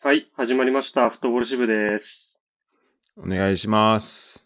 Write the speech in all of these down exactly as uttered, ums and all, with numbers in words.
はい、始まりました。フットボール支部です。 お願いします。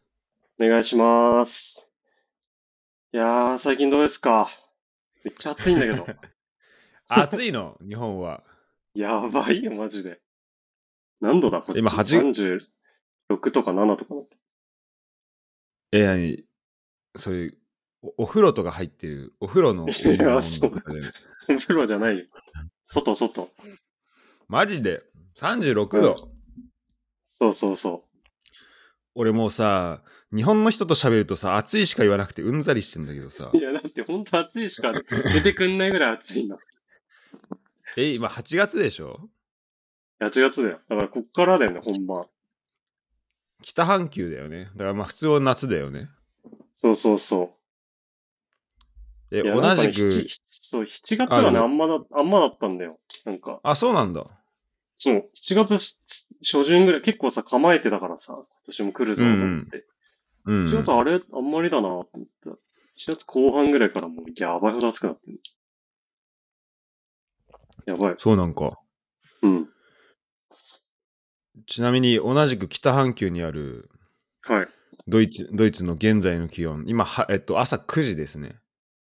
お願いします。いやー、最近どうですか？めっちゃ暑いんだけど。 暑いの、日本は。 やばいよ、マジで。何度だ、こっ今、 ち。 はち、 さんじゅうろくとかななとかなって。 え、なに、それお、お風呂とか入ってる、お風呂のおいや、 湯の温そう。 度とかで。 お風呂じゃないよ。外、外。 マジで、36 うん。 度。 そうそうそ俺もうさ、日本の人と喋るとさ、暑いしか言わなくてうんざりしてんだけどう。 さ。 いや、だってほんと暑いしか出てくんないぐらい暑いな。 え、今はちがつでしょ？ はちがつだよ。だからこっからだよね、本番。 北半球だよね。だからまあ普通は夏だよね。 そうそうそえ、 う。いや、なん同かね、7、 じく、 そう、しちがつあ、 がね、あどんまだ、あんまだったんだよ。なんか、 あ、そうなんだ。 そう、しちがつ初旬ぐらい結構さ、構えてたからさ、今年も来るぞと思っうんて。 うん。うんうしちがつん。 あれあんまりだなと思った。しちがつこう半ぐらいからもうやばいほど暑くなってる。やばい。 そうなんか。 うん。 ちなみに同じく北半球にあるはい。 ドイツ、ドイツの現在の気温、今は、えっと、朝くじですね。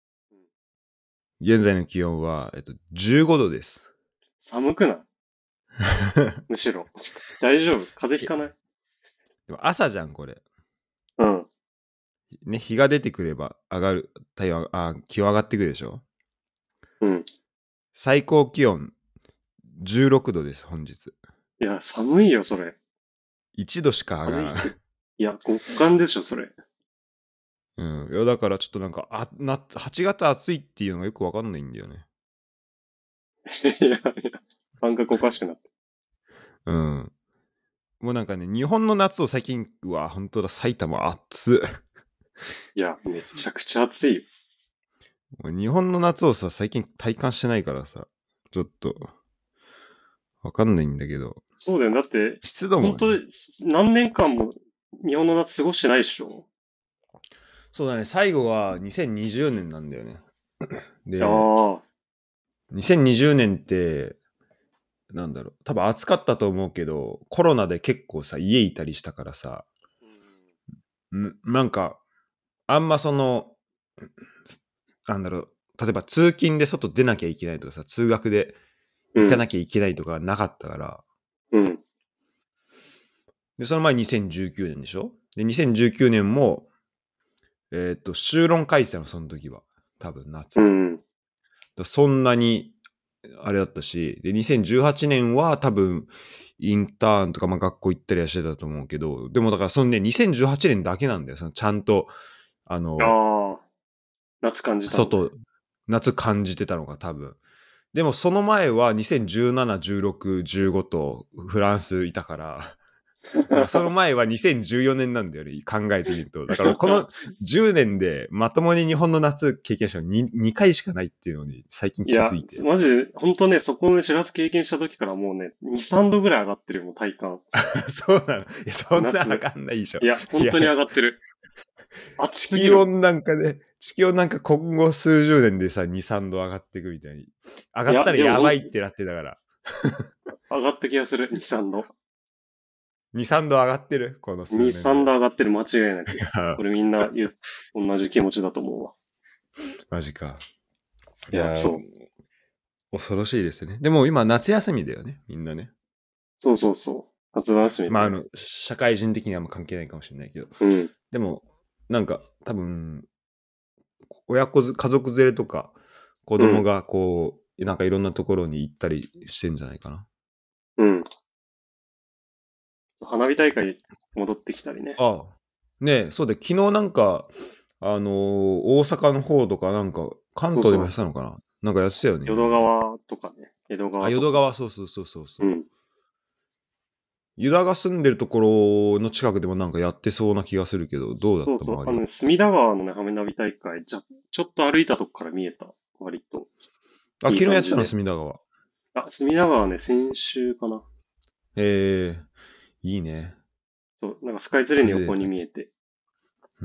現在の気温は、えっと、じゅうごどです。 寒くない？むしろ。大丈夫？風邪ひいやかない？ でも朝じゃん、これ。 うん。 ね、日が出てくれば上がる、体温、あ、気温上がってくるでしょ？ うん。 最高気温じゅうろくどです、本日。 いや、寒いよ、それ。 いちどしか上がらない。 風邪ひく。いや、極寒でしょ、それ。 うん。いや、だからちょっとなんか、あ、な、はちがつ暑いっていうのがよくわかんないんだよね。 いやいや、感覚おかしくなって。 うん。もうなんかね、日本の夏を最近、うわ、本当だ、埼玉暑っ。 いや、めちゃくちゃ暑いよ。 日本の夏をさ、最近体感してないからさ、ちょっと、わかんないんだけど、 そうだよ。だって、 湿度もね、 本当何年間も日本の夏過ごしてないでしょ？ そうだね、最後はにせんにじゅうねんなんだよね。 あで、 あ。 にせんにじゅうねんって、なんだろう、多分暑かったと思うけど、コロナで結構さ、家いたりしたからさ、んなんか、あんまその、なんだろう、例えば通勤で外出なきゃいけないとかさ、通学でうん。 行かなきゃいけないとかなかったから、 うん。 で、その前にせんじゅうきゅうねんでしょ？で、にせんじゅうきゅうねんも、えっと、修論書いてたの、その時は。多分、夏。 うん。 だそんなに、あれだったし、で、にせんじゅうはちねんは多分、インターンとか、まあ、学校行ったりはしてたと思うけど、でもだから、そのね、にせんじゅうはちねんだけなんだよ。そのちゃんと、あの、 ああ、夏感じたのね。 外、夏感じてたのが多分。でも、その前はにせんじゅうなな、じゅうろく、じゅうごとフランスいたから、だからその前はにせんじゅうよねんなんだよね、考えてみると。だからこのじゅうねんでまともに日本の夏経験したの 2, にかいしかないっていうのに最近いや、 気づいて。 マジで、ほんとね、そこでしらす経験した時からもうね、に、さんどぐらい上がってるよ、もう体感。 そうなの？いや、そんな上夏。 がんないでしょ。 いや、 いや、 本当に上がってる。暑地すぎるもん。 球温なんかね、地球温なんか今後数十年でさ、に、さんど上がっていくみたいに。上がいや、 ったらでもほん、 やばいってなってたから。 上がった気がする、に、さんど。 に、さんど上がってるこの数に、3 年で。 度上がってる、間違いなく。これみんな言う、同じ気持ちだと思うわ。 マジか。いいや、 やー、 そう。 恐ろしいですね。でも今夏休みだよね、みんなね。 そうそうそう。夏休みだまあ、あね。 の、社会人的にはあんま関係ないかもしれないけど。 うん。 でも、なんか、多分、親子ず、家族連れとか、子うん。 供がこう、なんかいろんなところに行ったりしてんじゃないかな。 うん。花火大会戻ってきたりね。 ああ。ねえ、そうで、昨日なんか、あのー大阪の方とか、なんか、関そう東でもやそうそう。 ってたのかな、なんかやってたよね、いろ淀いろ。 川とかね。江戸あ、 川とか。 淀川、そうそうそうそうそう。 うん。 ユダが住んでるところの近くでもなんかやってそうな気がするけど、どうだっそうそう。あのた周り？ ね、隅田川のね、花火大会、じゃ、ちょっと歩いたとこから見えた。割と。 あ、 いい昨日やってたの、 感じで。 隅田川。 あ、隅田川ね、先週かな。 ええー、いいね。 そう、なんかスカイツリーの横に風情だけ。 見えて。 うん。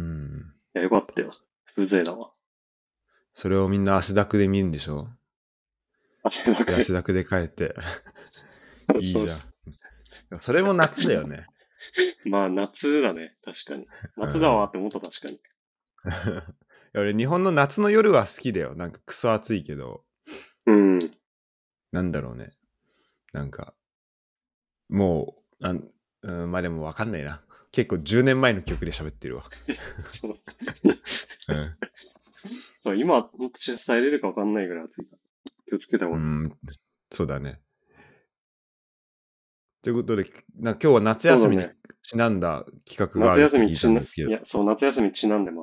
いや、よかったよ。風情だわ。 それをみんな汗だくで見るんでしょ？ 汗だで、汗く。 だくで帰って。いいじゃん。 そうそう。 それも夏だよね。 まあ夏だね、確かに。夏だわって思った、確かに。 俺、日本の夏の夜は好きだよ。なんかクソ暑いけど、 うん。 なんだろうね。なんか、もう、なんうん、まあでもわかんないな。結構じゅうねんまえの記憶で喋ってるわ。 そううんそう、今、本当に伝えれるか分かんないぐらい暑いから。気をつけた方がいい。 うん、そうだね。ということで、な今日は夏休みにそうだね。 ちなんだ企画があ夏るって聞い休みちな、 たんですけど。 いや、そう、夏休みちなんでます。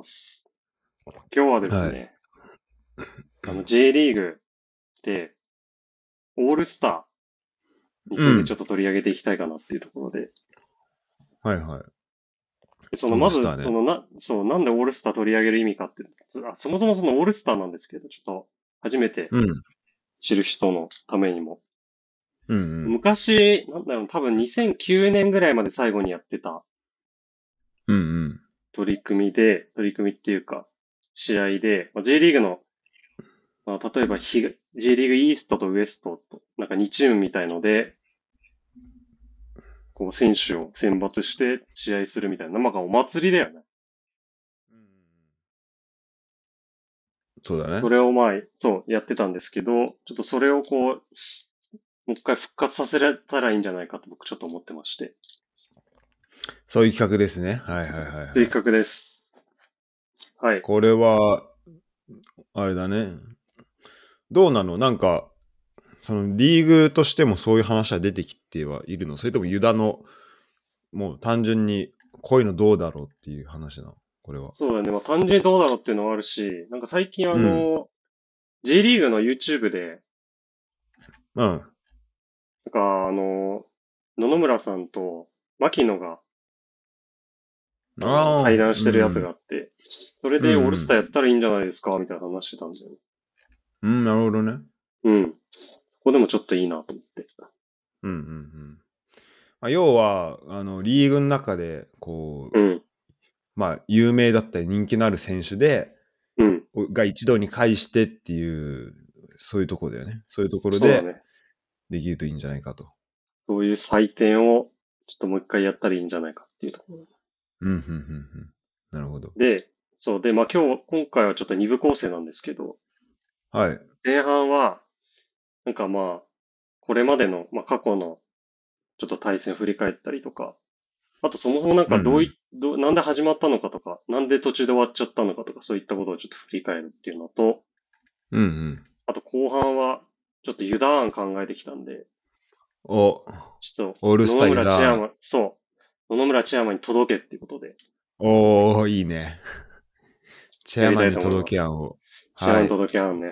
今日はですはい。 ね、あの、J リーグで、オールスターについてちょっうん。 と取り上げていきたいかなっていうところで、 はいはい。 でその、 オーまず、 ルスターね。 そのな、そう、なんでオールスター取り上げる意味かっていうと、あそもそもそのオールスターなんですけど、ちょっと、初めてうん。 知る人のためにも。 うんうん。 昔、なんだろう、多分にせんきゅうねんぐらいまで最後にやってたうんうん。 取り組みで、取り組みっていうか、試合で、まあ、J リーグの、まあ、例えばひ J リーグイーストとウエストと、なんかにチームみたいので、こう選手を選抜して試合するみたいな、なんかお祭りだよね。 そうだね。 それをまあ、そう、やってたんですけど、ちょっとそれをこう、もう一回復活させられたらいいんじゃないかと僕ちょっと思ってまして。 そういう企画ですね。はいはいはいはい。 という企画です。はい。 これは、あれだね。どうなのなんか、そのリーグとしてもそういう話は出てきてはいるの？それともユダの、もう単純にこういうのどうだろうっていう話なのこれは。 そうだね。まあ単純にどうだろうっていうのはあるし、なんか最近あうん。 の、J リーグの YouTube で、 うん。 なんかあの、野々村さんと牧野が、あの、 ああ、 対談してるやつうん。 があって、それうんうでオールスターやっん。 たらいいんじゃないですかみたいな話してたんだよね。 うん、なるほどね。 うん。ここでもちょっといいなと思って。 うんうんうん。まあ、要は、あの、リーグの中で、こう、 うん。 まあ、有名だったり人気のある選手で、 うん。 が一堂に会してっていう、そういうところだよね。そういうところでそうだね。 できるといいんじゃないかと。 そういう祭典を、ちょっともう一回やったらいいんじゃないかっていうところ。 うん、うん、うん、うん。なるほど。 で、そう。で、まあ今日、今回はちょっと二部構成なんですけど、 はい。 前半は、なんかまあ、これまでの、まあ過去のちょっと対戦振り返ったりとか、あとそもそもなんうん、 かどうい、 うん。 どう、なんで始まったのかとか、なんで途中で終わっちゃったのかとか、そういったことをちょっと振り返るっていうのと、 うん、うん。 あと後半は、ちょっとユダーン考えてきたんで、 お、 ちょっと、 オールス野々 タイルだ。 村千山、そう、野々村千山に届けっていうことで、 おー、いいね。チェやりたいアマンにと思います。 届け案を。 千山にはい。 届けあんね。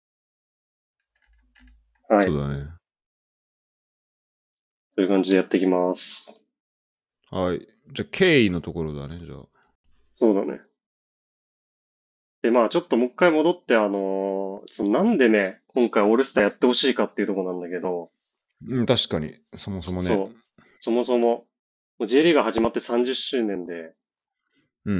はい。 そうだね。 そういう感じでやっていきます。 はい。じゃあ、経緯のところだね、じゃあ。 そうだね。で、まあちょっともう一回戻って、あのーそのなんでね、今回オールスターやってほしいかっていうところなんだけど、 うん、確かに。そもそもね。 そう、そもそも、もう J リーグが始まってさんじゅっしゅうねんで、 うんうん。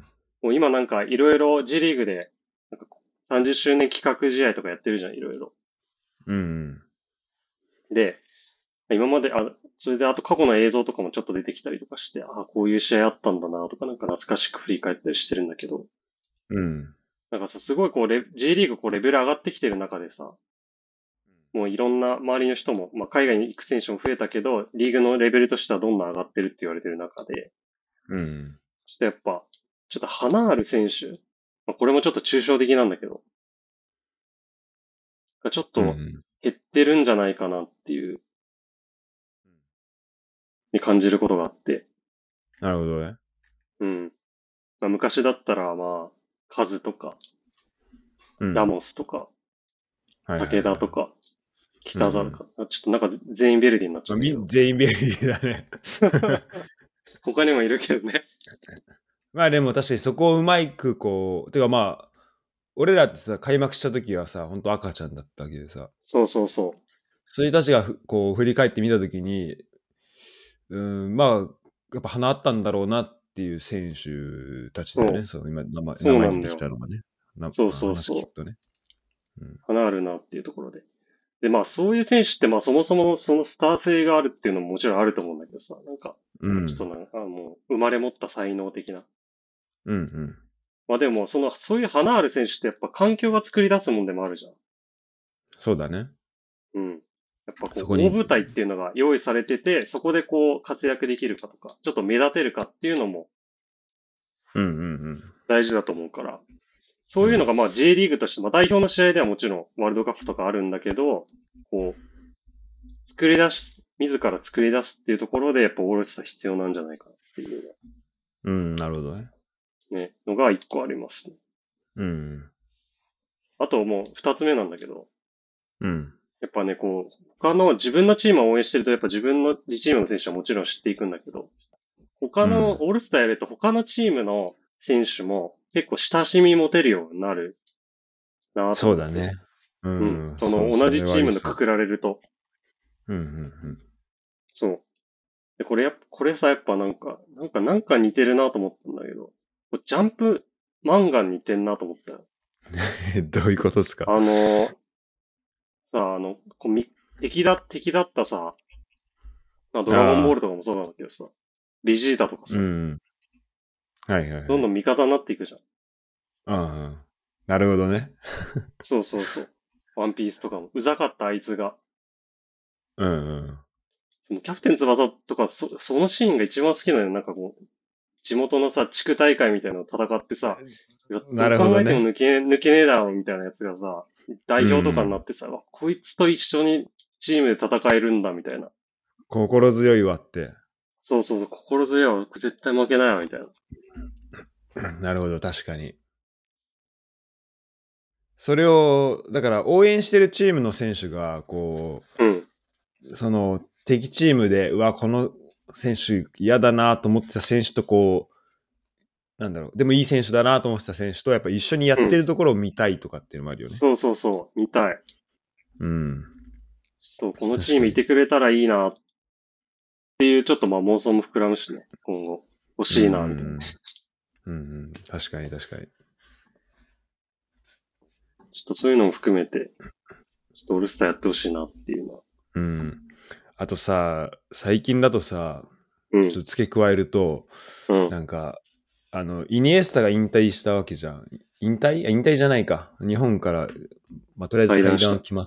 もう今なんかいろいろ J リーグで、なんかさんじゅっしゅうねん企画試合とかやってるじゃん、いろいろ。 うんうん。 で、今まで、あ、それであと過去の映像とかもちょっと出てきたりとかして、あ、こういう試合あったんだなとかなんか懐かしく振り返ったりしてるんだけど、 うん。 なんかさ、すごいこうレ、J リーグこうレベル上がってきてる中でさ、もういろんな周りの人も、まあ海外に行く選手も増えたけど、リーグのレベルとしてはどんどん上がってるって言われてる中で、 うん。 ちょっとやっぱ、ちょっと花ある選手、まあこれもちょっと抽象的なんだけど、がちょっとうんうん。 減ってるんじゃないかなっていう、に感じることがあって、 なるほどね。 うん。まあ、昔だったら、まあ、カズとか、ラうん。 モスとか、 はいはいはい。 武田とか、 うんうん。 北沢か、ちょっとなんか全員ベルディになっちゃまあ、みんったけど。 全員ベリーだね。 他にもいるけどね。 まあでも確かにそこをうまくこう、てかまあ、俺らってさ、開幕した時はさ、ほんと赤ちゃんだったわけでさ、 そうそうそそういう人たちがふこう振り返ってみた時に、うん、まあ、やっぱ花あったんだろうなっていう選手たちう。 だよね。 そう。 その今名前、 そ名前出てうなんだよ。 きたのがね。なそうそうそう。 話聞くとね。うん。 花あるなっていうところで。 で、まあそういう選手ってまあそもそもそのスター性があるっていうのももちろんあると思うんだけどさ、なんか、 うん。 ちょっとなんか、あもう生まれ持った才能的な。 うんうん。 まあでも、その、そういう花ある選手ってやっぱ環境が作り出すもんでもあるじゃん。 そうだね。 うん。やっぱこう、 そこに、 大舞台っていうのが用意されてて、そこでこう活躍できるかとか、ちょっと目立てるかっていうのもうんうん大事だと思うから、 うん。うん。 そういうのがまあ J リーグとして、まあ代表の試合ではもちろんワールドカップとかあるんだけど、こう、作り出し、自ら作り出すっていうところで、やっぱオールスター必要なんじゃないかなっていううん、なるほどね。 ね、のが一個ありますね。 うん。 あともう二つ目なんだけど、 うん。 やっぱね、こう、他の自分のチームを応援してると、やっぱ自分のチームの選手はもちろん知っていくんだけど、他の、 うん。 オールスターやると他のチームの選手も結構親しみ持てるようになるなと思って。 そうだね。ううん。 ん。 そそう、 の同じそれはありそう。 チームとくくられると。 うんうんそう。で、これやっぱ、これさ、やっぱなんか、なんか、なんか似てるなと思ったんだけど、こうジャンプ漫画に似てんなと思ったよ。 うん。どういうことですか？ あの、さ、あの、こうみ敵だ、敵だったさ、まあ、ドラゴンボーああ、 ルとかもそうなんだけどさ、ベジータとかさ、 うん。はいはいはい。 どんどん味方になっていくじゃん。 うんうん。なるほどね。 そうそうそう。ワンピースとかも。うざかったあいつが。 うんうん。 そのキャプテン翼とか、そ、そのシーンが一番好きなのよ。なんかこう、地元のさ、地区大会みたいなのを戦ってさ、いや、どなう考えてもるほどね。 抜け、抜けねえだろ、みたいなやつがさ、 う代表とかになん。 ってさ、わこいつと一緒にチームで戦えるんだ、みたいな。 心強いわって。 そうそうそう、心強いわ、絶対負けないわ、みたいな。 なるほど、確かに。それを、だから応援してるチームの選手が、こうん。 う、その敵チームで、うわ、この選手嫌だなと思ってた選手とこう、なんだろう、でもいい選手だなと思ってた選手とやっぱ一緒にやうん。 ってるところを見たいとかっていうのもあるよね。 そうそうそう、見たい。 うん。 そう、このチームい確かに。 てくれたらいいな、っていうちょっとまあ妄想も膨らむしね、今後。欲うんうしいな、みたいな。 んうん。うんうん。確かに確かに。 ちょっとそういうのも含めて、ちょっとオールスターやってほしいなっていうのは。 うん。あとさ、最近だとさ、 うん、 ちょっと付け加えると、 うん。 なんか、あの、イニエスタが引退したわけじゃん。引退あ引退じゃないか。日本から、まあ、とりあえず退対談した。 団決まって、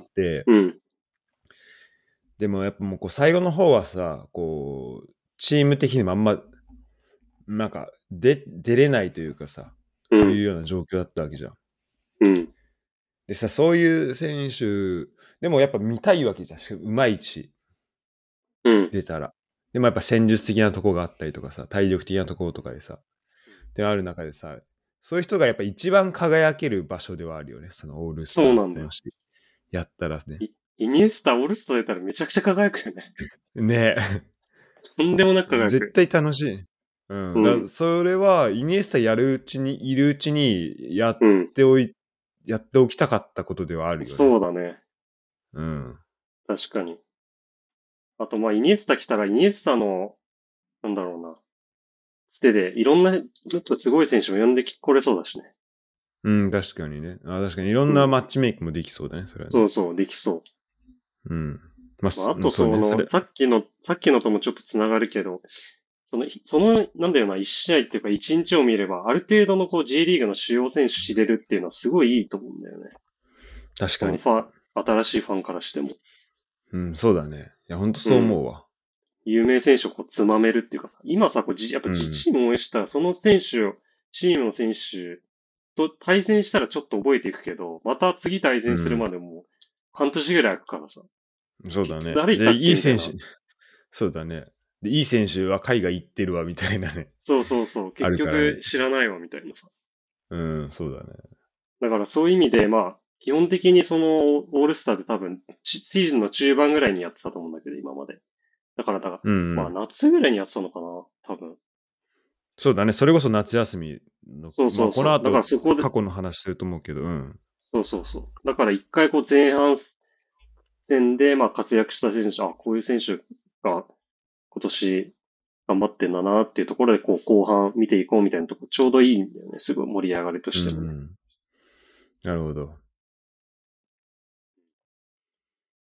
うん、 でもやっぱもうこう最後の方はさ、こう、チーム的にもあんま、なんか、で、出れないというかさ、 うん、 そういうような状況だったわけじゃん。 うん、 でさ、そういう選手、でもやっぱ見たいわけじゃん。しかもうまいし、 うん。 出たら。でもやっぱ戦術的なとこがあったりとかさ、体力的なところとかでさ、ってある中でさ、そういう人がやっぱ一番輝ける場所ではあるよね。そのオールスターっそうなんだよ。 てもし、やったらね。 イ、イニエスタ、オールスター出たらめちゃくちゃ輝くよね。 ねとんでもなく輝く。 絶対楽しい。うん。だうん、 それは、イニエスタやるうちに、いるうちに、やっうん。 ておい、やっておきたかったことではあるよね。 そうだね。 うん。 確かに。あと、まあ、イニエスタ来たら、イニエスタの、なんだろうな、つてで、いろんな、やっぱすごい選手も呼んできこれそうだしね。 うん、確かにね。あ、確かにいろんなうん。 マッチメイクもできそうだね、それはね。 そうそう、できそう。 うん。まあ、 まあ、 すあと、 そうね、そその、 れ。 さっきの、さっきのともちょっとつながるけど、その、その、なんだよな、一試合っていうか一日を見れば、ある程度のこう J リーグの主要選手知れるっていうのはすごいいいと思うんだよね。 確かに。 そのファン、新しいファンからしても。 うん、そうだね。いや、ほんとそううん。 思うわ。 有名選手をこうつまめるっていうかさ、今さ、こうじ、やっぱ自うん。 チームを応援したら、その選手を、チームの選手と対戦したらちょっと覚えていくけど、また次対戦するうん。 までも半年ぐらい空くからさ、結そうだね。で、 局誰いたっいい選手、 けみたいな。 そうだね。で、いい選手は海外行ってるわ、みたいなね。 そうそうそう、 あ結るからね。 局知らないわみたいなさ。 うん、そうだね。 だからそういう意味で、まあ、基本的にその、オールスターで多分、シーズンの中盤ぐらいにやってたと思うんだけど、今まで。だから、だから、まあ、 うんうん。 夏ぐらいにやってたのかな、多分。 そうだね。それこそ夏休みの、 そうまあ、 そうそう。だかこの後、 らそこで、 過去の話すると思うけど、うん。 そうそうそう。だから一回こう前半戦で、まあ活躍した選手、あ、こういう選手が今年頑張ってんだなっていうところで、こう後半見ていこうみたいなところ、ちょうどいいんだよね。すごい盛り上がりとうんうしてもね。 ん。なるほど。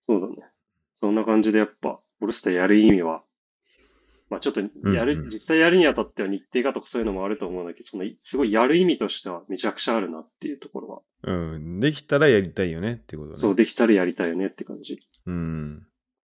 そうだね。そんな感じでやっぱ、オールスターやる意味は、まあちょっとうんやる、 うん。 実際やるにあたっては日程がとかそういうのもあると思うんだけど、その、すごいやる意味としてはめちゃくちゃあるなっていうところは、 うん。できたらやりたいよねっていうことね。 そうできたらやりたいよねって感じうん。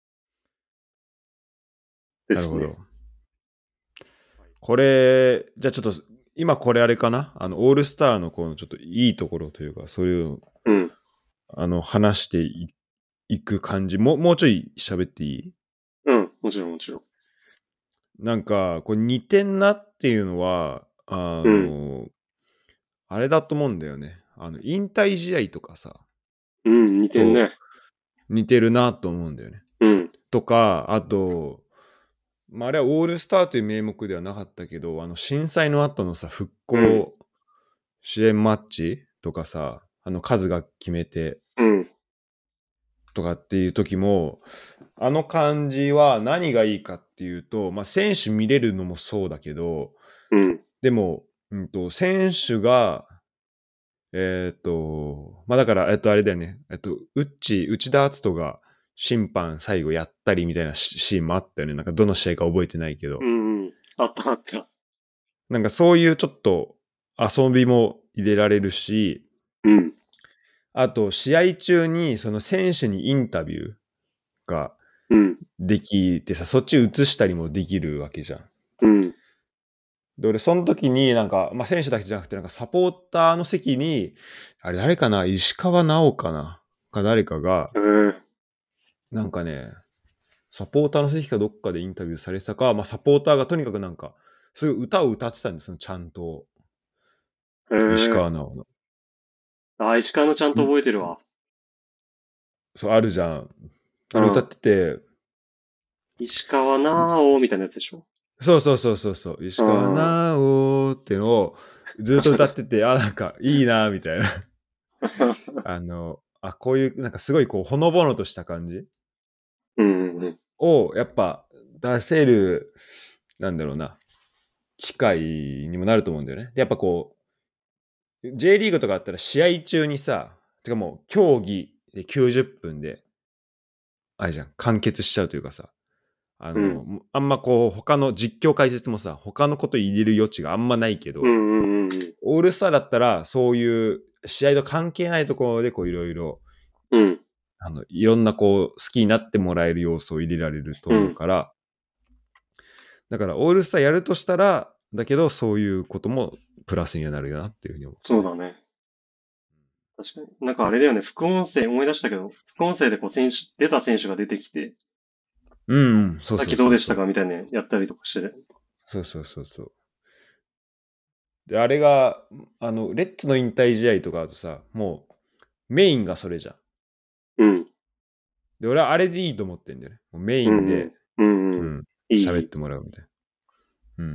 ですね。 なるほど。これ、じゃあちょっと、今これあれかなあの、オールスターのこのちょっといいところというか、そういう、 うん。 あの、話していいく感じ。もう、もうちょい喋っていい？ うん。もちろんもちろん。 なんか、これ似てんなっていうのは、あうん。 の、あれだと思うんだよね。あの、引退試合とかさ、 うん。似てんとね。 似てるなと思うんだよね。 うん。 とか、あと、まあ、あれはオールスターという名目ではなかったけど、あの、震災の後のさ、復うん。 興支援マッチとかさ、あの、数が決めてうん。 とかっていう時も、あの感じは何がいいかっていうと、まあ、選手見れるのもそうだけど、 うん。 でも、うんと、選手が、えっと、まあだから、えっと、あれだよね、えっと、うっち、内田篤人が審判最後やったりみたいなシシーンもあったよね。なんかどの試合か覚えてないけど、 うん。うん。あったあった。 なんかそういうちょっと遊びも入れられるし、 うん。 あと試合中にその選手にインタビューがうん。 できてさ、そっち映したりもできるわけじゃん。 うん。 で、俺、その時になんか、まあ、選手だけじゃなくて、なんかサポーターの席に、あれ誰かな石川直かなか誰かが、 えー、 なんかね、サポーターの席かどっかでインタビューされてたか、まあ、サポーターがとにかくなんか、すごい歌を歌ってたんですよ、ちゃんと。 え石ー、 川直の。 あ、石川のちゃんとん覚えてるわ。 そう、あるじゃん。あれ歌っうん。 てて、 石川なおみたいなやつでしょ。 そうそうそうそうそう、石川うん。 直ってのをずっと歌ってて、あ、なんかいいな、みたいな。あの、あ、こういう、なんかすごいこう、ほのぼのとした感じうんうんを、やっぱ出せる、なんだろうな、機会にもなると思うんだよね。で、やっぱこう、J リーグとかあったら試合中にさ、てかもう競技できゅうじゅっぷんで、あれじゃん、完結しちゃうというかさ、あうん。 の、あんまこう、他の実況解説もさ、他のこと入れる余地があんまないけど、 うんうんうんうん。 オールスターだったら、そういう試合と関係ないところで、こう、いろいろ、 うん。 あの、いろんなこう、好きになってもらえる要素を入れられるとうん。 思うから、だから、オールスターやるとしたら、だけど、そういうこともプラスにはなるよなっていうふうに思ったね。 そうだね。確かに。なんかあれだよね。副音声思い出したけど、副音声でこう選手、出た選手が出てきて、 うん、うん、そうさっそきどうでしたうそうそう。 かみたいなやったりとかしてて。 そうそうそうそう。で、あれが、あの、レッツの引退試合とかだとさ、もう、メインがそれじゃん。 うん。 で、俺はあれでいいと思ってんだよね。もうメイうんうん。 ンで、 うんうん。 うん、 いい、いい。 喋ってもらうみたいな。うん。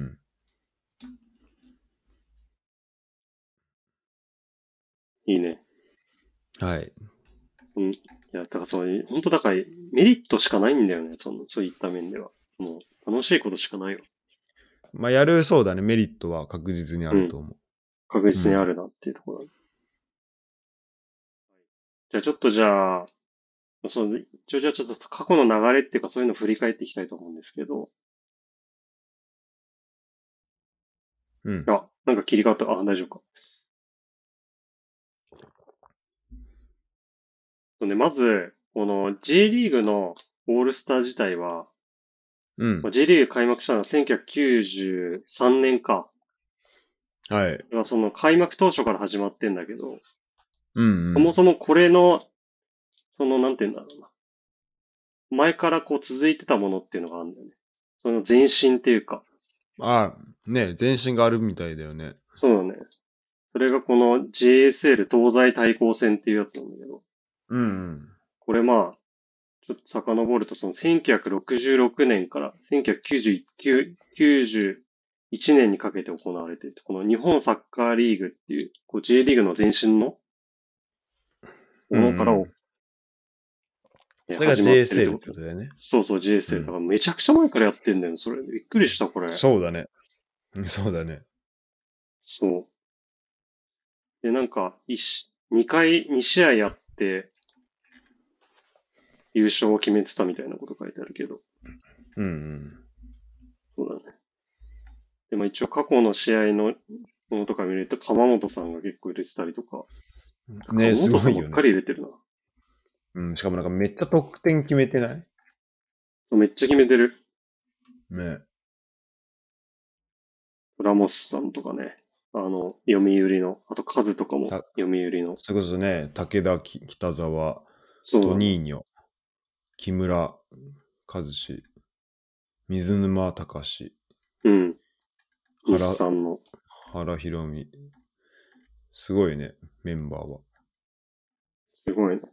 いいね。 はい。 うん。いや、だからそういう、本当だからメリットしかないんだよね。その、そういった面では。もう、楽しいことしかないわ。 まあ、やるそうだね。メリットは確実にあうん。 ると思確う。うん。 実にあるなっていうところだね。じゃあちょっとじゃあ、その、一応じゃあちょっと過去の流れっていうかそういうのを振り返っていきたいと思うんですけど、 うん。 あ、なんか切り替わった。あ、大丈夫か。そうね、まず、この J リーグのオールスター自体は、まあうん。 J リーグ開幕したのはせんきゅうひゃくきゅうじゅうさんねんか。 はい。 その開幕当初から始まってんだけど、 うんうそもん。 そもこれの、その、なんて言うんだろうな。前からこう続いてたものっていうのがあるんだよね。その前身っていうか、 ああ、ね、前身があるみたいだよね。 そうだね。それがこの ジェイエスエル 東西対抗戦っていうやつなんだけど、 うんうん。 これまあ、ちょっと遡ると、そのせんきゅうひゃくろくじゅうろくねんからせんきゅうひゃくきゅうじゅういち、きゅうじゅういちねんにかけて行われている、この日本サッカーリーグっていう、こう J リーグの前身のうんうものからをん。 えそれが始まってるってジェイエスエル っことだ。 てことだよね。 そうそう、ジェイエスエル。だうん。 からめちゃくちゃ前からやってんだよね、それ。びっくりした、これ。 そうだね。うんそうだね。 そう。で、なんか、一し、二回、二試合やって、 優勝を決めてたみたいなこと書いてあるけど。 うんうん。 そうだね。でも一応過去の試合のものとか見ると、鎌本さんが結構入れてたりとか、 ね、す鎌本さんばっかごいよね。 り入れてるな。 うん、しかもなんかめっちゃ得点決めてないめっちゃ決めてる。 ね。 ラモスさんとかね。あの、読売の、あとカズとかもた、 読売の。 それこそね、武田、き北沢、トそうなの。 ニーニョ、木村和志、水沼隆、 うん。日原、 産の。 原博美。すごいね、メンバーは。 すごいな。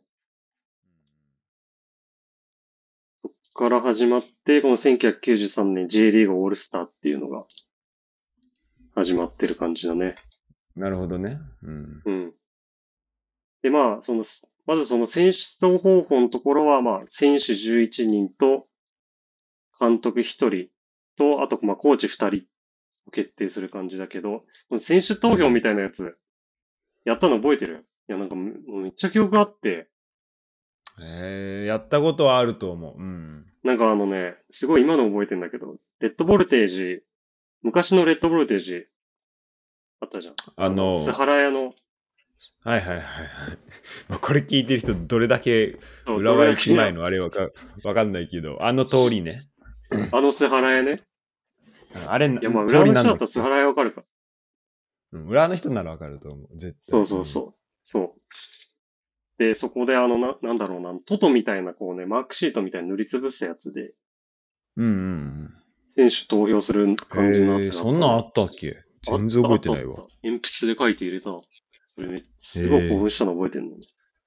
そっから始まって、このせんきゅうひゃくきゅうじゅうさんねん J リーグオールスターっていうのが始まってる感じだね。 なるほどね。うん。 うん。で、まあ、その、まずその選出方法のところは、まあ、選手じゅういちにんと監督ひとりと、あと、まあ、コーチふたりを決定する感じだけど、この選手投票みたいなやつ、やったの覚えてる？いや、なんかもうめっちゃ記憶あって、 えー、やったことはあると思う。うん。 なんかあのね、すごい今の覚えてんだけど、レッドボルテージ、昔のレッドボルテージあったじゃん。あの、スあの、 ハラ屋の、 はいはいはいはい。まあこれ聞いてる人どれだけそう、ど浦和れだけや、 駅前のあれわかわかんないけど、あの通りね。 あのスハラ屋ね。 あれな、 いや、まあ、 通り浦和のなんだっけ？ 人だったらスハラ屋わかるか。 うん、浦和の人ならわかると思う。絶対。 そうそううん。 そう。そう。で、そこであの、な、なんだろうな、トトみたいなこうね、マークシートみたいに塗りつぶすやつで、 うんうん選手投票するうん。 感じのやへえ、 つがあったの。 そんなんあったっけ？ あっ全然たあ覚えてないわ。 ったあった。鉛筆で書いて入れた。それね、 へすごい興え。 奮したの覚えてんのね。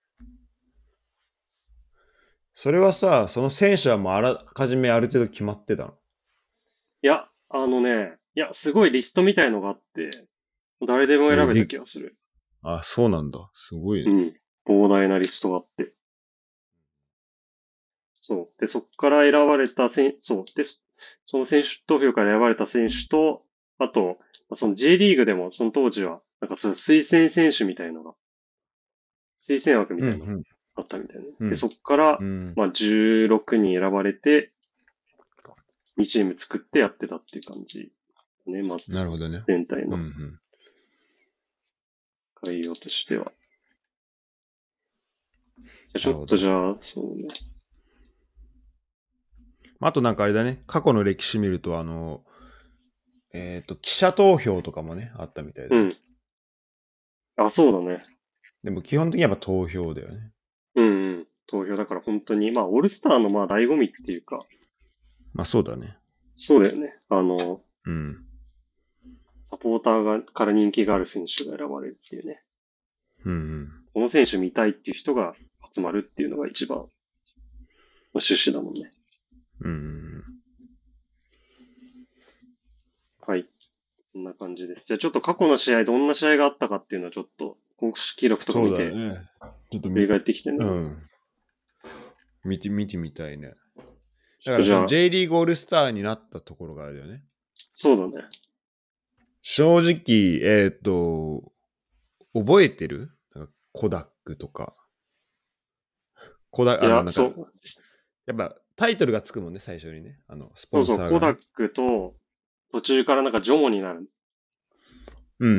それはさ、その選手はもうあらかじめある程度決まってたの？ いや、あのね、いや、すごいリストみたいのがあって、誰でもえー、 選べたで、 気がする。 あ、そうなんだ。すごいね。 うん。膨大なリストがあって。そう。で、そこから選ばれた選、そう。で、その選手投票から選ばれた選手と、あと、その J リーグでもその当時は、なんかそういう推薦選手みたいのが、推薦枠みたいのがうんあったみたいな。で、 うん。 そこから、 うん。 まあ、じゅうろくにん選ばれて、にチーム作ってやってたっていう感じ。ね、まず、 なるほどね。 全体のうんうん。 概要としては。じゃあちょっなるほど。 とじゃあ、そうね。 あとなんかあれだね。過去の歴史見ると、あの、えっと、記者投票とかもね、あったみたいだね。 うん。あ、そうだね。 でも基本的にはやっぱ投票だよね。 うんうん。投票だから本当に、まあ、オールスターのまあ、醍醐味っていうか、 まあそうだね。 そうだよね。あの、 うん。 サポーターがから人気がある選手が選ばれるっていうね。 うんうん。 この選手見たいっていう人が集まるっていうのが一番の趣旨だもんね。 うんうん。 はい。こんな感じです。じゃあちょっと過去の試合、どんな試合があったかっていうのをちょっと、公式記録とかそう見て、 だね。ちょっとみ、 振り返ってきてね。 うん。見て、見てみたいね。だからそのちょっとじゃあ、 J リーグオールスターになったところがあるよね。 そうだね。 正直、えっ、と、覚えてるなんかコダックとか。コダ、あの、 いや、 なんか、 そう、 やっぱタイトルがつくもんね、最初にね。あの、スポンそうそう、コダッサーがね。 クと途中からなんかジョモになる。 うん。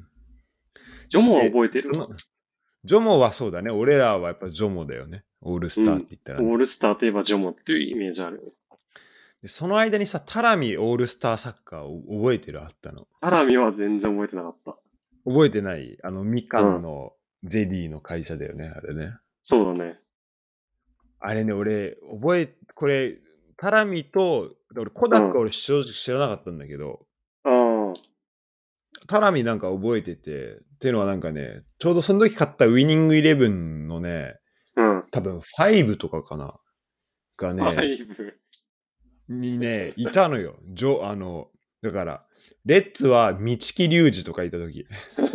ジョモはえ、 覚えてるわ。 その、ジョモはそうだね。俺らはやっぱジョモだよね。オールスターってうん。 言ったらね。 オールスターといえばジョモっていうイメージあるよね。 でその間にさ、タラミオールスターサッカーを覚えてるあったの。 アラミは全然覚えてなかった。 覚えてないあの、みかうん。 んのゼリーの会社だよね、あれね。 そうだね。 あれね、俺、覚え、これ、タラミと、俺、コうん。 ダックは俺正直知らなかったんだけど、 ああ。 タラミなんか覚えてて、っていうのはなんかね、ちょうどその時買ったウィニングイレブンのね、 うん。 多分ごとかかな、がファね、 イブ。 にね、いたのよ。ジョ、あの、だから、レッツは道木隆二とかいた時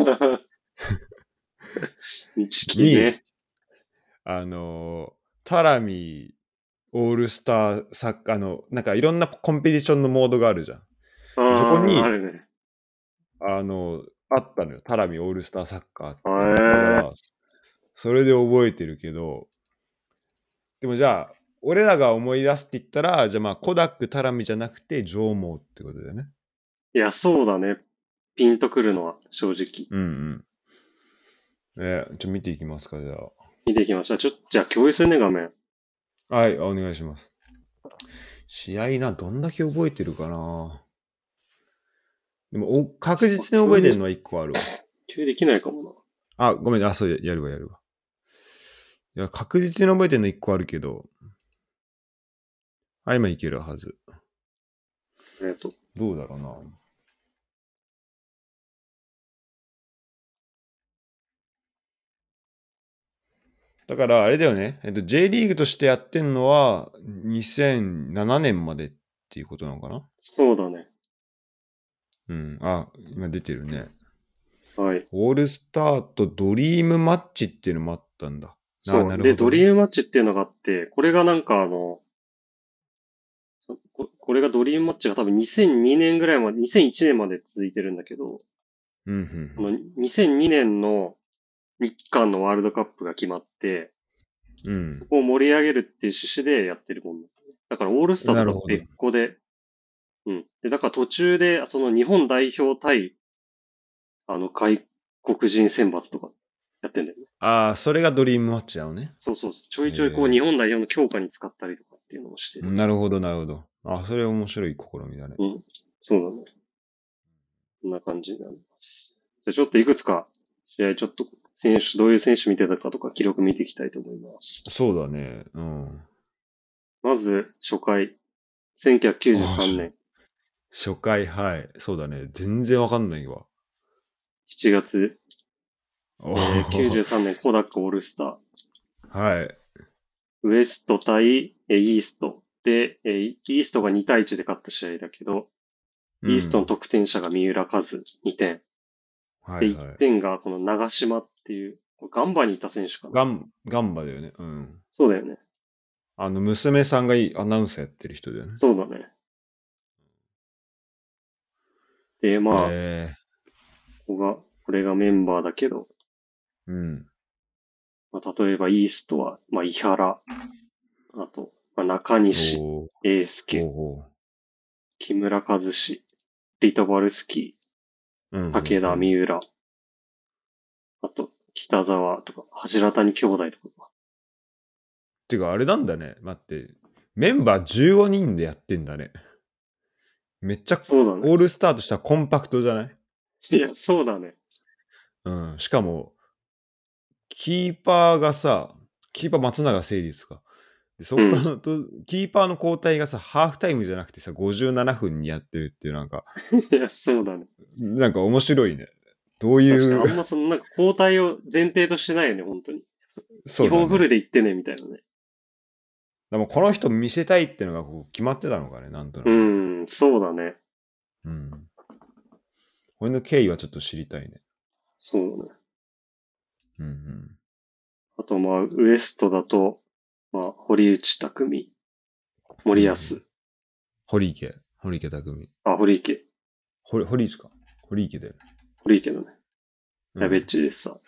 日記に、 ね。 あの、タラミオールスターサッカーの、なんかいろんなコンペティションのモードがあるじゃん。 あでそこあ、あに、 るね。 あの、あったのよ。タラミオールスターサッカーっていうのが。だかへえ。 ら、それで覚えてるけど、 でもじゃあ、俺らが思い出すって言ったら、じゃあまあ、コダック、タラミじゃなくて、上毛ってことだよね。 いや、そうだね。ピンとくるのは正直。 うんうん。えー、ちょ、見ていきますか、じゃ見ていきました。ちょっと、じゃあ共有するね、画面。 あ。はい、お願いします。試合な、どんだけ覚えてるかな。でもお、確実に覚えてるのはいっこあるわ。 共有できないかもな。 あ、ごめん、あ、そうや、やるわ、やるわ。いや、確実に覚えてるのいっこあるけど、あ、今いけるはず。 ありがとう。 どうだろうな。だから、あれだよね。えっと、J リーグとしてやってんのは、にせんななねんまでっていうことなのかな。 そうだね。 うん。あ、今出てるね。 はい。 オールスターとドリームマッチっていうのもあったんだ。あ、 そう。で、 なるほどね。 ドリームマッチっていうのがあって、これがなんかあの、ここれがドリームマッチが多分にせんにねんぐらいまで、にせんいちねんまで続いてるんだけど、 うん、うん、 このにせんにねんの日韓のワールドカップが決まって、 うん。 そこを盛り上げるっていう趣旨でやってるもんだ。だからオールスターとなるほど。 か別個で、うん。で、だから途中で、その日本代表対、あの、外国人選抜とかやってんだよね。 ああ、それがドリームマッチなのね。 そうそう。ちょいちょいこうえ日本代表の強化に使ったりとかっていうのをしてー、 る。 なるほど、なるほど。あ、それ面白い試みだね。 うん。そうだね。こんな感じになります。じゃあちょっといくつか試合ちょっと選手、どういう選手見てたかとか記録見ていきたいと思います。 そうだね。うん。 まず初回、1993 あ年初回、はい。そうだね。全然わかんないわ。 しちがつ、 おえー、 ーきゅうじゅうさんねんコダックオールスター。 はい。 ウエスト対えーイーストで、えーイーストがに対いちで勝った試合だけど、 うイーストのん。 得点者が三浦和にてん。で、1 はいはい。 点がこの長島っていう、これガンバにいた選手かな。 ガン、ガンバだよね。うん。 そうだよね。 あの、娘さんがいいアナウンサーやってる人だよね。 そうだね。で、まあ、 えここが、これがメンバーだけど、 ー、うん。 まあ、例えばイーストは、まあ、井原、あと、まあ、中西、 おー、 英介、 おー、 木村和志、リトバルスキうん、うん、 ー、武田、 うん。 三浦、あと、北沢とか、柱谷兄弟とか。 てか、あれなんだね。待って。メンバーじゅうごにんでやってんだね。めっちゃ、 そうだね。 オールスターとしてはコンパクトじゃない？ いや、そうだね。 うん。しかも、キーパーがさ、キーパー松永誠律か。でそうん。 っからと、キーパーの交代がさ、ハーフタイムじゃなくてさ、ごじゅうななふんにやってるっていう、なんか、 いや、そうだね。 なんか面白いね。どう確かに、 いう、 あんまそのなんか交代を前提としてないよね、本当に。基本フそうだね。 ルで言ってね、みたいなね。 でもこの人見せたいってのがこう決まってたのかね、なんとうなくね。 ん、そうだね。 うん。これの経緯はちょっと知りたいね。 そうだね。 うんうん。 あと、まあ、ウエストだと、まあ、堀内匠、 うんう森保、 ん、堀池。堀池匠。 あ、堀池、 堀、堀内か。堀池だよね。 堀池だね。 うん。 やべっちでさ。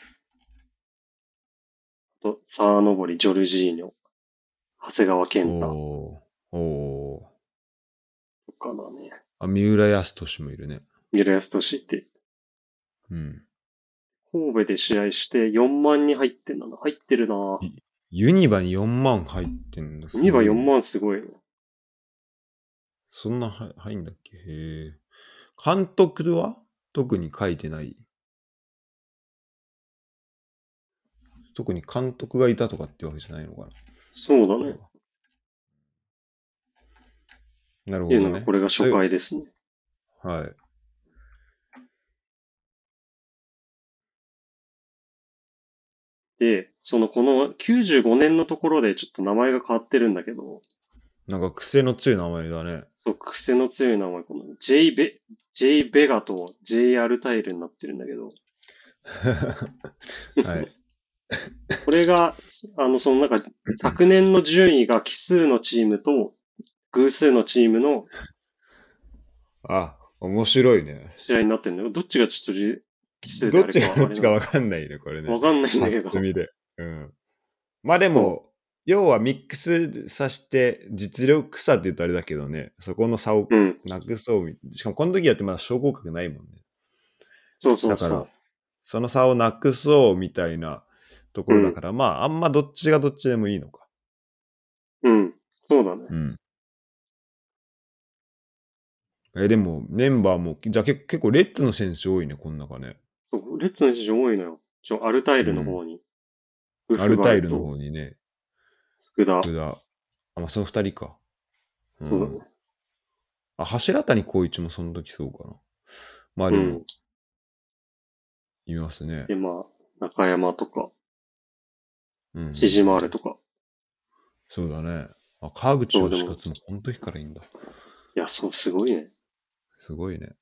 あと、沢登ジョルジーニョ、長谷川健太おー。おー。 とかだね。 あ、三浦康俊もいるね。 三浦康俊って、 うん。 神戸で試合してよんまん人入ってんだな。入ってるな。 いユニバによんまん入ってんだ。すにばごいね。 よんまんすごいね。 そんなは入んだっけ？へえ。監督は特に書いてない。特に監督がいたとかってわけじゃないのかな。 そうだね。っこれは。なるていうのが、 ほどね。 これが初そういう、 回ですね。 はい。 で、そのこのきゅうじゅうごねんのところでちょっと名前が変わってるんだけど、 なんか癖の強い名前だね。 そう、癖の強い名前、この J ベ、J ベガと ジェイアール タイルになってるんだけど、 はい。 これが、あの、そのなんか、昨年の順位が奇数のチームと偶数のチームのあ、面白いね。 試合になってるんだよ。どっちがちょっとじ奇数でどっちあれかがどっちかわあれなんだ。 かんないね、これね。 わかんないんパッだけど。 と見で。うん。まあでそも、 要はミックスさせて、実力差って言うとあれだけどね、そこの差をうん。 なくそうみ。しかもこの時やってまだ昇降格ないもんね。 そうそうだから、 そその差をなくそうみたいなとこう。うん。 ろだから、まあ、あんまどっちがどっちでもいいのか。 うん。そうだね。 うん。え、でも、メンバーも、じゃあ結結構レッツの選手多いね、この中ね。 そう、レッツの選手多いのよ。ちょ、アルタイルのうん。 方に、ウアフルタイルのバルと方にね、 福田。 福田。あ、まあ、その二人か。うん。 そうだね。 あ、柱谷光一もその時そうかな。まあうん。 でも、いますね。 で、まあ、中山とか、 うんうんう木島あれん。 とか。 そうだね。あ、川口そう、でも、 義勝もこの時からいいんだ。 いや、そう、すごいね。 すごいね。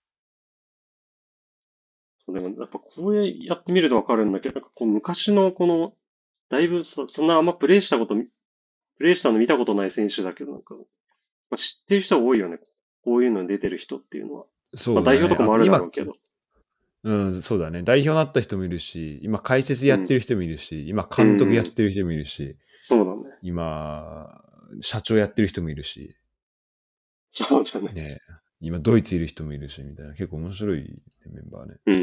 そうでも、やっぱこうやってみるとわかるんだけど、なんかこう昔のこの、だいぶそ、そんなあんまプレイしたことみ、プレイしたの見たことない選手だけど、なんか、まあ、知ってる人が多いよね。こういうのに出てる人っていうのは。まあ代そうだね。あ、 表とかもあるだろ今、 うけど。 うん、そうだね。代表になった人もいるし、今解説うん。 やってる人もいるし、今うん監督うん。 やってる人もいるし、 そうだね。 今、社長やってる人もいるし、 そうだね。 ね、今ドイツいる人もいるし、みたいな。結構面白い、ね、メンバーね。 うん。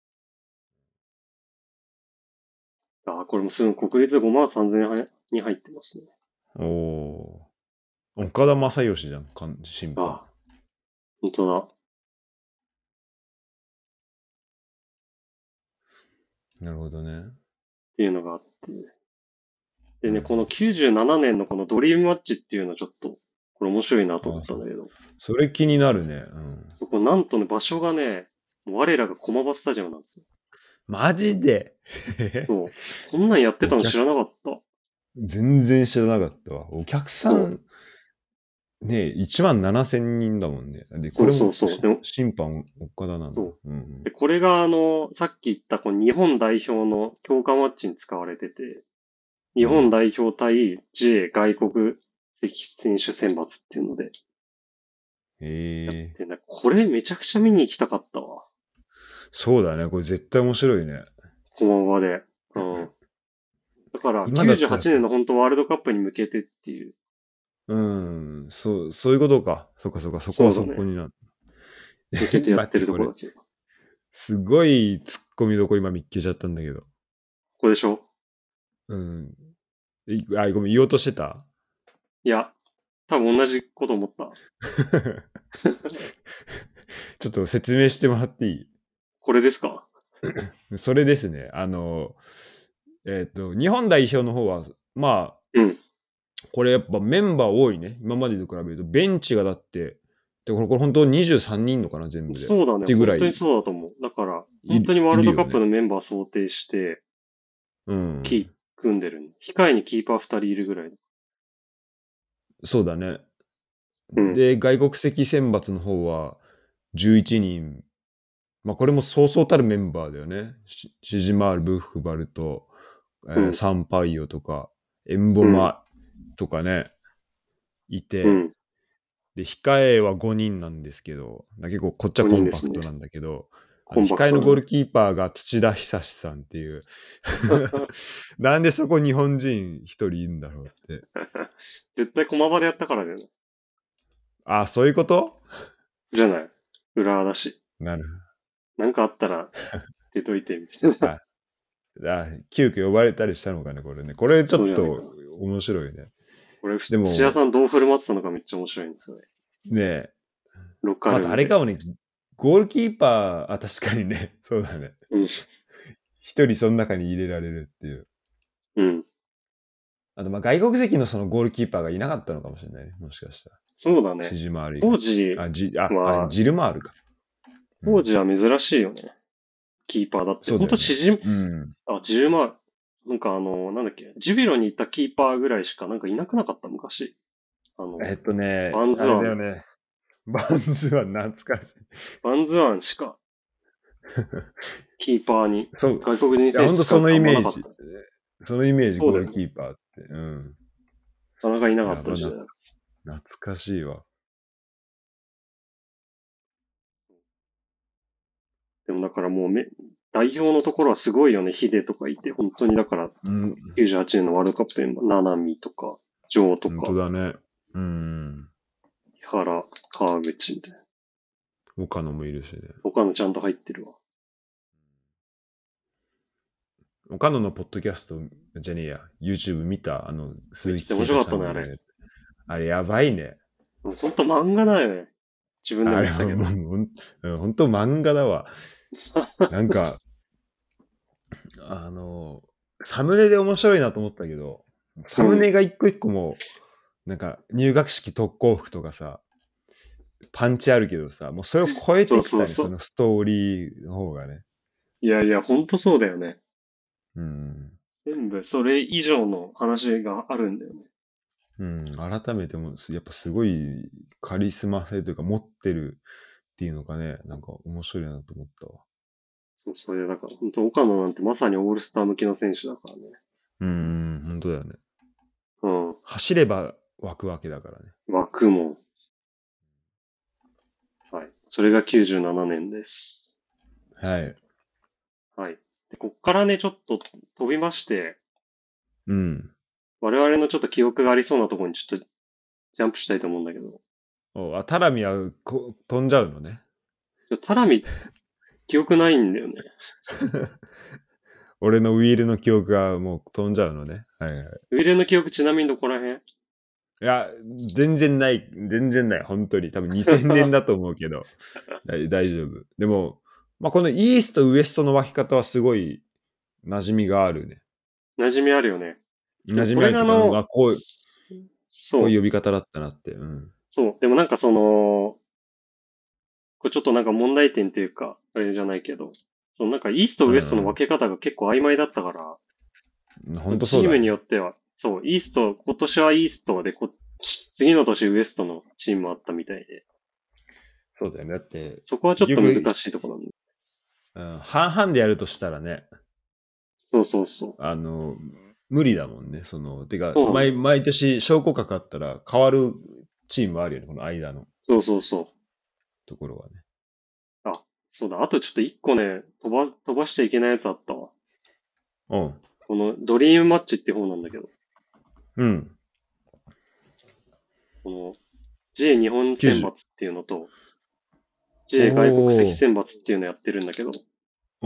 ああ、これもすぐ国立ごまんさんぜん円に入ってますね。 おお。岡田正義じゃん、かん審判。 ああ、本当だ。っなるほどね。 ていうのがあって。でね、 うん。 このきゅうじゅうななねんのこのドリームマッチっていうのはちょっと、これ面白いなと思ああ、そう。 ったんだけど。 それ気になるね。うん。 そこなんとね、場所がね、我らが駒場スタジアムなんですよ。 マジでそう。こんなんやってたお客、 の知らなかった。 全然知らなかったわ。お客さそう。 ん、ねえ、いちまんななせんにんだもんね。で、こそうれそうそう。 もしでも、 審判岡田なんだ。 そう。 うんうん。 で、これがあの、さっき言ったこの日本代表の強化マッチに使われてて、日本うん。 代表対 ジェイ 外国籍選手選抜っていうのでやっええ、 てね、これめちゃくちゃ見に行きたかったわ。 そうだね。これ絶対面白いね。 このままで。うん。だから今だったら、 きゅうじゅうはちねんの本当ワールドカップに向けてっていう。 うん、そう、そういうことか。そっかそっか、そこはそうだね。 そこになる。 向けてやって待って、これ、 るところだけど。 すごい突っ込みどころ今見っけちゃったんだけど。 これでしょ？ うん。いあ、ごめん、言おうとしてたいや、多分同じこと思った。 ちょっと説明してもらっていいこれですか？ それですね。あの、えっ、と、日本代表の方は、まあ、 うん。 これやっぱメンバー多いね。今までと比べると、ベンチがだって、で、これ、これ本当にじゅうさんにんのかな、全部で。っそうだね。 ていうぐらい本当にそうだと思う。だから、 いる本当にワールドカップいるよね。 のメンバー想定して、 うん。 キー、組んでるね。控えにキーパーふたりいるぐらい。 そうだね。 うん。 で、外国籍選抜の方はじゅういちにん。まあ、これもそうそうたるメンバーだよね。シシジマール、ブッフバルト、えーうん。 サンパイオとか、エンボうん。 マとかね、いて、 うん。 で、控えはごにんなんですけど、だ結構こっちはコごにんンですね。 パクトなんだけど、あの、 コンパク控えトだね。 のゴールキーパーが土田久志さんっていうなんでそこ日本人一人いるんだろうって。 絶対駒場でやったからだよね。 あ、そういうことじゃない。浦和だし。 なるなんかあったら出といて、みたいな。 あ、あ、急遽呼ばれたりしたのかね、これね。これちょっとそうじゃないかな。 面白いね。 これ、 でも、 土屋さんどう振る舞ってたのかめっちゃ面白いんですよね。 ねえ、 ロッカーまルームで。 たあれかもね、ゴールキーパー、あ、確かにね、そうだね。 うん。 一人その中に入れられるっていう。 うん。 あと、まあ、外国籍のそのゴールキーパーがいなかったのかもしれないね。もしかしたら。 そうだね。 シジマール以外。 当時あ、じ、あ、あ、 は、 ジルマールか。うん。 当時は珍しいよね。キーパーだって。ほんそうだよね。 と詩人、 うん。 あ、じゅうまん。なんかあの、なんだっけ、ジュビロに行ったキーパーぐらいしかなんかいなくなかった昔。あの、 えっとね、あれバンズワン、 だよね。バンズは懐かしい。 バンズワンしかキーパーにそう。 外国人いや、 選手ほんとその使うってあイメージ。 んまなかった。 そのイメージ、ゴールそうだよね。 キーパーって。うん。 なかなかいなかやば、なった時代だ。 懐かしいわ。 でもだからもうめ、 代表のところはすごいよね。ヒデとかいて、本当にだから、 うん、 きゅうじゅうはちねんのワールドカップメンバー、ナナミとか、ジョーと本か、 当だね。うん。 井原、川口みたいな。 岡野もいるしね。 他のちゃんと入ってるわ。 岡野のポッドキャストじゃねえや、YouTube 見たあの、鈴木啓めっちゃ面白太さんのかったね、あれ。 やつ。あれやばいね。 もうほんと漫画だよね。自分であれもも言ってたけど。 うほん、うんほんと漫画だわ。なんか、あの、サムネで面白いなと思ったけど、サムネが一個一個もう、なんか入学式特攻服とかさ、パンチあるけどさ、もうそれを超えそてきたね、 うそうそう。 そのストーリーの方がね。 いやいや、ほんとそうだよね。 うん。 全部それ以上の話があるんだよね。 うん、改めても、やっぱすごいカリスマ性というか持ってるっていうのかね、なんか面白いなと思ったわ。 そう、それだから、本当岡野なんてまさにオールスター向きの選手だからね。 うん、本当だよね。 うん。 走れば湧くわけだからね。 湧くもん。はい。それがきゅうじゅうななねんです。 はい。 はい。で、こっからね、ちょっと飛びまして、 うん。 我々のちょっと記憶がありそうなところにちょっとジャンプしたいと思うんだけど、 おあ、タラミはこ飛んじゃうのね。 ちょタラミ、記憶ないんだよね。 俺のウィールの記憶がもう飛んじゃうのね。はいはい。 ウィレの記憶ちなみにどこら辺？ いや、全然ない、全然ない、本当に。多分にせんねんだと思うけど、大大丈夫。でも、まあ、このイースト、ウエストの分け方はすごい馴染みがあるね。 馴染みあるよね。で馴もこれ染みあるっていうか、うん、 があの、 あ、こう、こそう、 ういう呼び方だったなって。うん。 そう。でもなんかその、これちょっとなんか問題点というか、あれじゃないけど、そのなんかイーストウエストの分うん、 け方が結構曖昧だったから、 うん。 その本当チームによそうだね。 っては、そう、イースト、今年はイーストでこ、次の年ウエストのチームもあったみたいで、 そうだよね。だって、 そこはちょっと難結局、 しいところなんで。 うん、半々でやるとしたらね、 そうそうそう。 あの、無理だもんね。その、てか、毎、 そうなんだよ。 毎年昇降格あったら変わるチームあるよね。この間のそうそうそところはね。 う。あ、そうだ。あとちょっと一個ね、飛ば、飛ばしちゃいけないやつあったわ。 うん。 このドリームマッチって方なんだけど、 うん。 この ジェイ 日本選抜っきゅうじゅう。 ていうのと、 おジェイ 外国籍ー。 選抜っていうのやってるんだけど、 うん。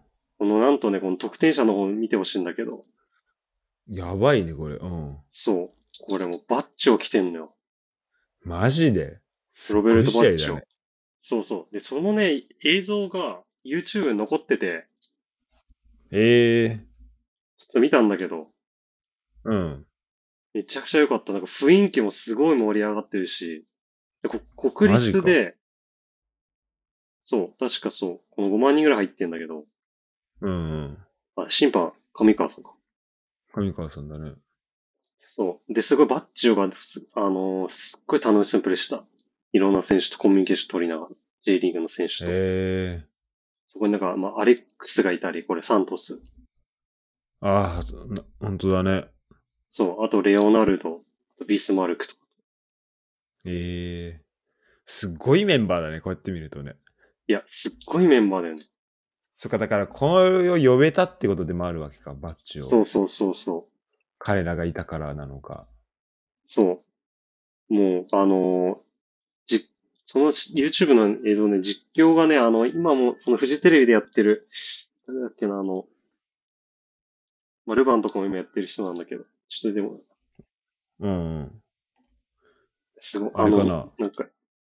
このなんとね、この得点者の方見てほしいんだけど、 やばいね、これ。うん。 そう。これもうバッジを着てんのよ。 マジですっごいロベルト・バッジを。 試合だね。 そうそう。で、そのね、映像が YouTube に残ってて、 ええちょっと見たんだけど、 ー。うん。 めちゃくちゃ良かった。なんか雰囲気もすごい盛り上がってるし、でこ国マジか。 立で、そう、確かそう、このごまん人ぐらい入ってんだけど、 うんうん。 あ、審判、上川さんか。 上川さんだね。 そう。で、すごいバッジが、すあのーすっごい楽しそうにプレーした。いろんな選手とコミュニケーション取りながら、J リーグの選手と。 ええそこになんか、まあ、アレックスがいたり、これサントス。 ー。ああ、そな本当だね。 そう、あとレオナルド、ビスマルクとか。 ええー。すっごいメンバーだね、こうやって見るとね。 いや、すっごいメンバーだよね。 そっか、だから、これを呼べたってことでもあるわけか、バッジを。 そうそうそうそう。 彼らがいたからなのか。 そう。もう、あのーじ、その YouTube の映像ね、実況がね、あの、今もそのフジテレビでやってる、誰だっけな、あの、まあ、ルヴァンとかも今やってる人なんだけど、ちょっとでも、 うんうん。 すごい、あの、 あれかな。 なんか、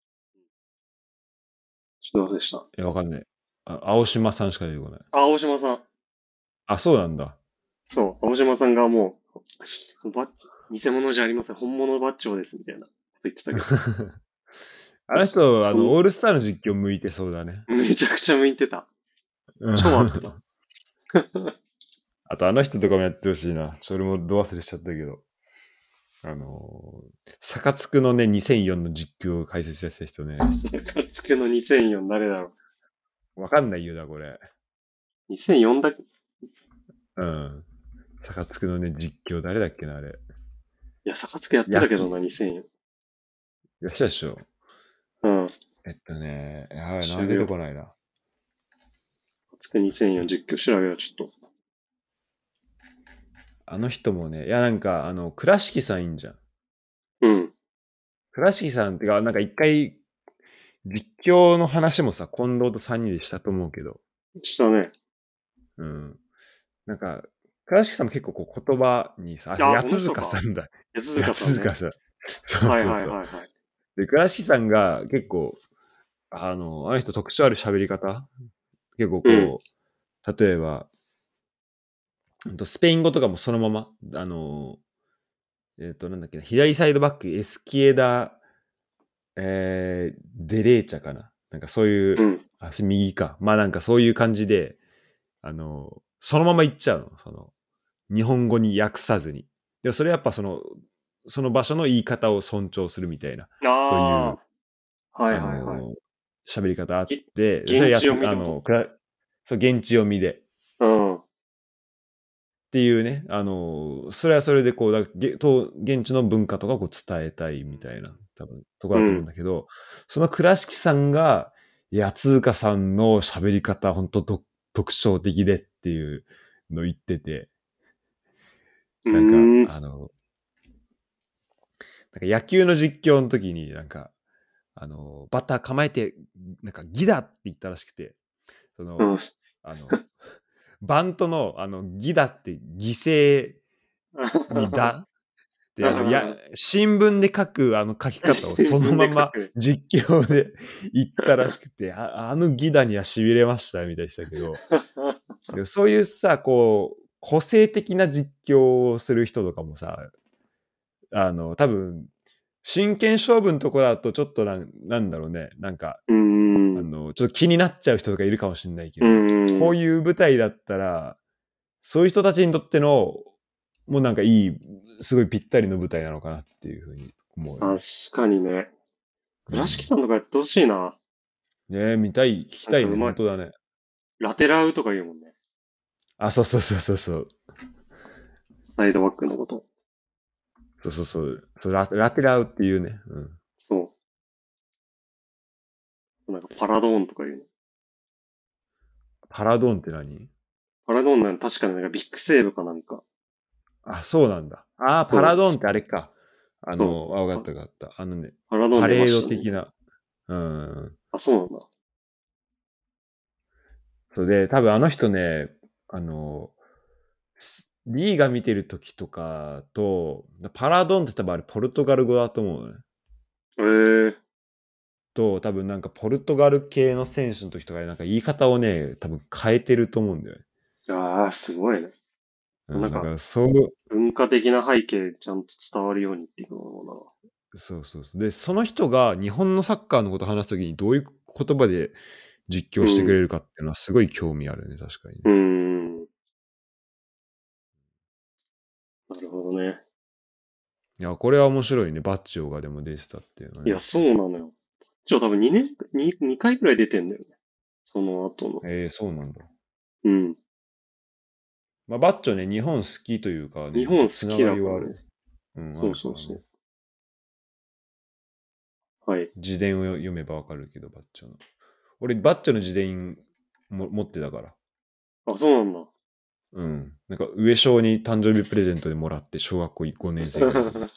ちょっと忘れした。 え、わかんない。あ、青島さんしか出てこない。 あ、青島さん。 あ、そうなんだ。 そう、青島さんがもう、バッジ、偽物じゃありません。本物バッジョです、みたいなこと言ってたけど。 あの人、あの、 そんオールスターの実況向いてそうだね。 めちゃくちゃ向いてた。 うん。 超合ってた。 あと、あの人とかもやってほしいな。それもど忘れしちゃったけど。あのー、サカツクのね、にせんよんの実況を解説やってた人ね。 かつけのにせんよん誰だろわかんないよな、これ。 う。にせんよんだっけ？いうん。サカツクのね、実況誰だっけな、あれ。 や、逆付けやってたけどな、 ヤキ。 にせんよん。 いらっしゃるでしょ。 うん。 えっとね、やばい、名前出調べよう。 てこないな。 つくにせんよん実況調べよう、ちょっと。 あの人もね、いやなんか、あの、倉敷さんいいんじゃん。 うん。 倉敷さんってか、なんか一回、実況の話もさ、近藤とさんにんでしたと思うけど、 したね。 うん。なんか、倉敷さんも結構こう言葉にさ、あ、 あ、 八この人か。 塚さんだ。 八八塚さんね。 塚さん。そうはいそうそう。 はいはいはい。 で、倉敷さんが結構、あの、あの人特徴ある喋り方結構うん。 こう、例えば、うんとスペイン語とかもそのまま、あの、えっ、と、なんだっけな、左サイドバック、エスキエダ、えー、デレーチャかな。なんかそういう、 うん。 あ、右か。まあなんかそういう感じで、あの、そのまま言っちゃうの。その、日本語に訳さずに。でもそれやっぱその、その場所の言い方を尊重するみたいな、そういう、 ああ。はいあはいはい。 の、喋り方あっげて、それ現地やつ、 読みってこと？ あの、くらそう、現地読みで。 うん。 っていうね、あの、それはそれでこう、だげと現地の文化とかをこう伝えたいみたいな、多分、とこだと思うんうん。 だけど、その倉敷さんが、八塚さんの喋り方、本当と特徴的でっていうのを言ってて、 うなんか、 ーん。 あの、なんか野球の実況の時に、なんか、あの、バッター構えて、なんかギダって言ったらしくて、その、 うん。 あの、バントの、あの、ギダって犠牲にだで、あの、や、新聞で書くあの書き方をその新聞ままで書く。 実況で言ったらしくて、あ、あのギダには痺れましたみたいでしたけど、でそういうさ、こう、個性的な実況をする人とかもさ、あの、多分、真剣勝負のところだとちょっとなん、なんだろうね、なんか、 うーん。 あの、ちょっと気になっちゃう人とかいるかもしれないけうど、 ーん。 こういう舞台だったら、そういう人たちにとっての、もうなんかいい、すごいぴったりの舞台なのかなっていうふうに思うよ確ね。 かにね。倉敷うん。 さんとかやってほしいな。 ねえ、見たい、聞きたいね、 なんかうまい。 本当だね。 ラテラウとか言うもんね。 あ、そうそうそうそうそう。 サイドバックのこと。 そうそうそう。そうララテラウっていうね。うん。 そう。なんかパラドーンとか言うの。 パラドーンって何？ パラドーンなん確かになんかビッグセーブかなんか。 あ、そうなんだ。あ、パそう。 ラドーンってあれか。あそう。 の、あ、わかっパたわかった。あのね、 パラドーン出まパレーしたね。 ド的な。うん。 あ、そうなんだ。 そうで、多分あの人ね、あの、リーが見てる時とかと、パラドーンって多分あれポルトガル語だと思うのね。 ええー。 と、多分なんかポルトガル系の選手の時とかでなんか言い方をね、多分変えてると思うんだよね。 いやー、すごいね。そうん、だかのなんからそう、 文化的な背景ちゃんと伝わるようにっていうのそうそうそう。で、その人が日本のサッカーのことを話すときにどういう言葉で実況してくれるかっていうのはすごい興味あるね、確かにね。 かな。うん。うーん。なるほどね。 いや、これは面白いね。バッチョがでも出てたっていうのね。 いや、そうなのよ。ちょ、多分にねん、に、にかいくらい出てんだよね。その後の。 えー、そうなんだ。 うん。 まあ、バッチョね、日本好きというかね、一応日本好つなきだからね。 がりはある。うん、あそうるからね。 そうそう。はい。 自伝を読めばわかるけど、バッチョの。俺、バッチョの自伝も持ってたから。 あ、そうなんだ。 うん。なんか、上昇に誕生日プレゼントでもらって、小学校ごねん生ぐらいの時。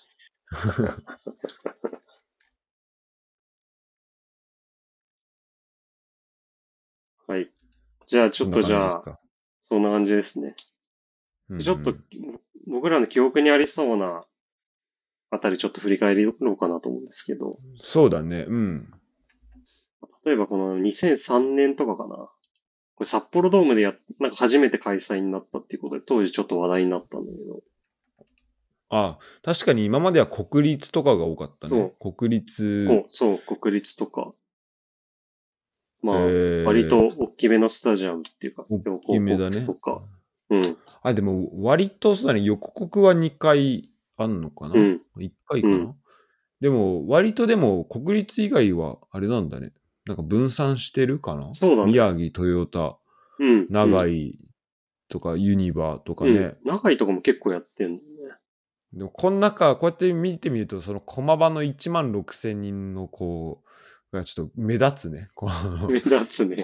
はい。じゃあ、ちょっそんなとじゃあ、 感じですか。 そんな感じですね。 うんうちょっと、 ん。 僕らの記憶にありそうなあたりちょっと振り返ろうかなと思うんですけど、 そうだね。うん。 例えばこのにせんさんねんとかかな。これ札幌ドームでや、なんか初めて開催になったっていうことで、当時ちょっと話題になったんだけど、 あ、確かに今までは国立とかが多かったね。 そう、 国立、 そう、そう、国立とか、 えまあ、割とー、 大きめのスタジアムっていうか、 大き両国国めだね。 とか、うん、 あ、でも割とそうだね。横国はにかいあんのかな？ うん、 いっ 回うん、 かな？でも割とでも国立以外はあれなんだね。なんか分散してるかな？ そうだね。 宮城、トヨタ、 うん、うん、 長井とかユニバとかうん。 ね。 長いとこも結構やってんのね。 でもこの中、こうやって見てみると、その駒場のいちまんろくせんにんのこう、がちょっと目立つね。この目立つね。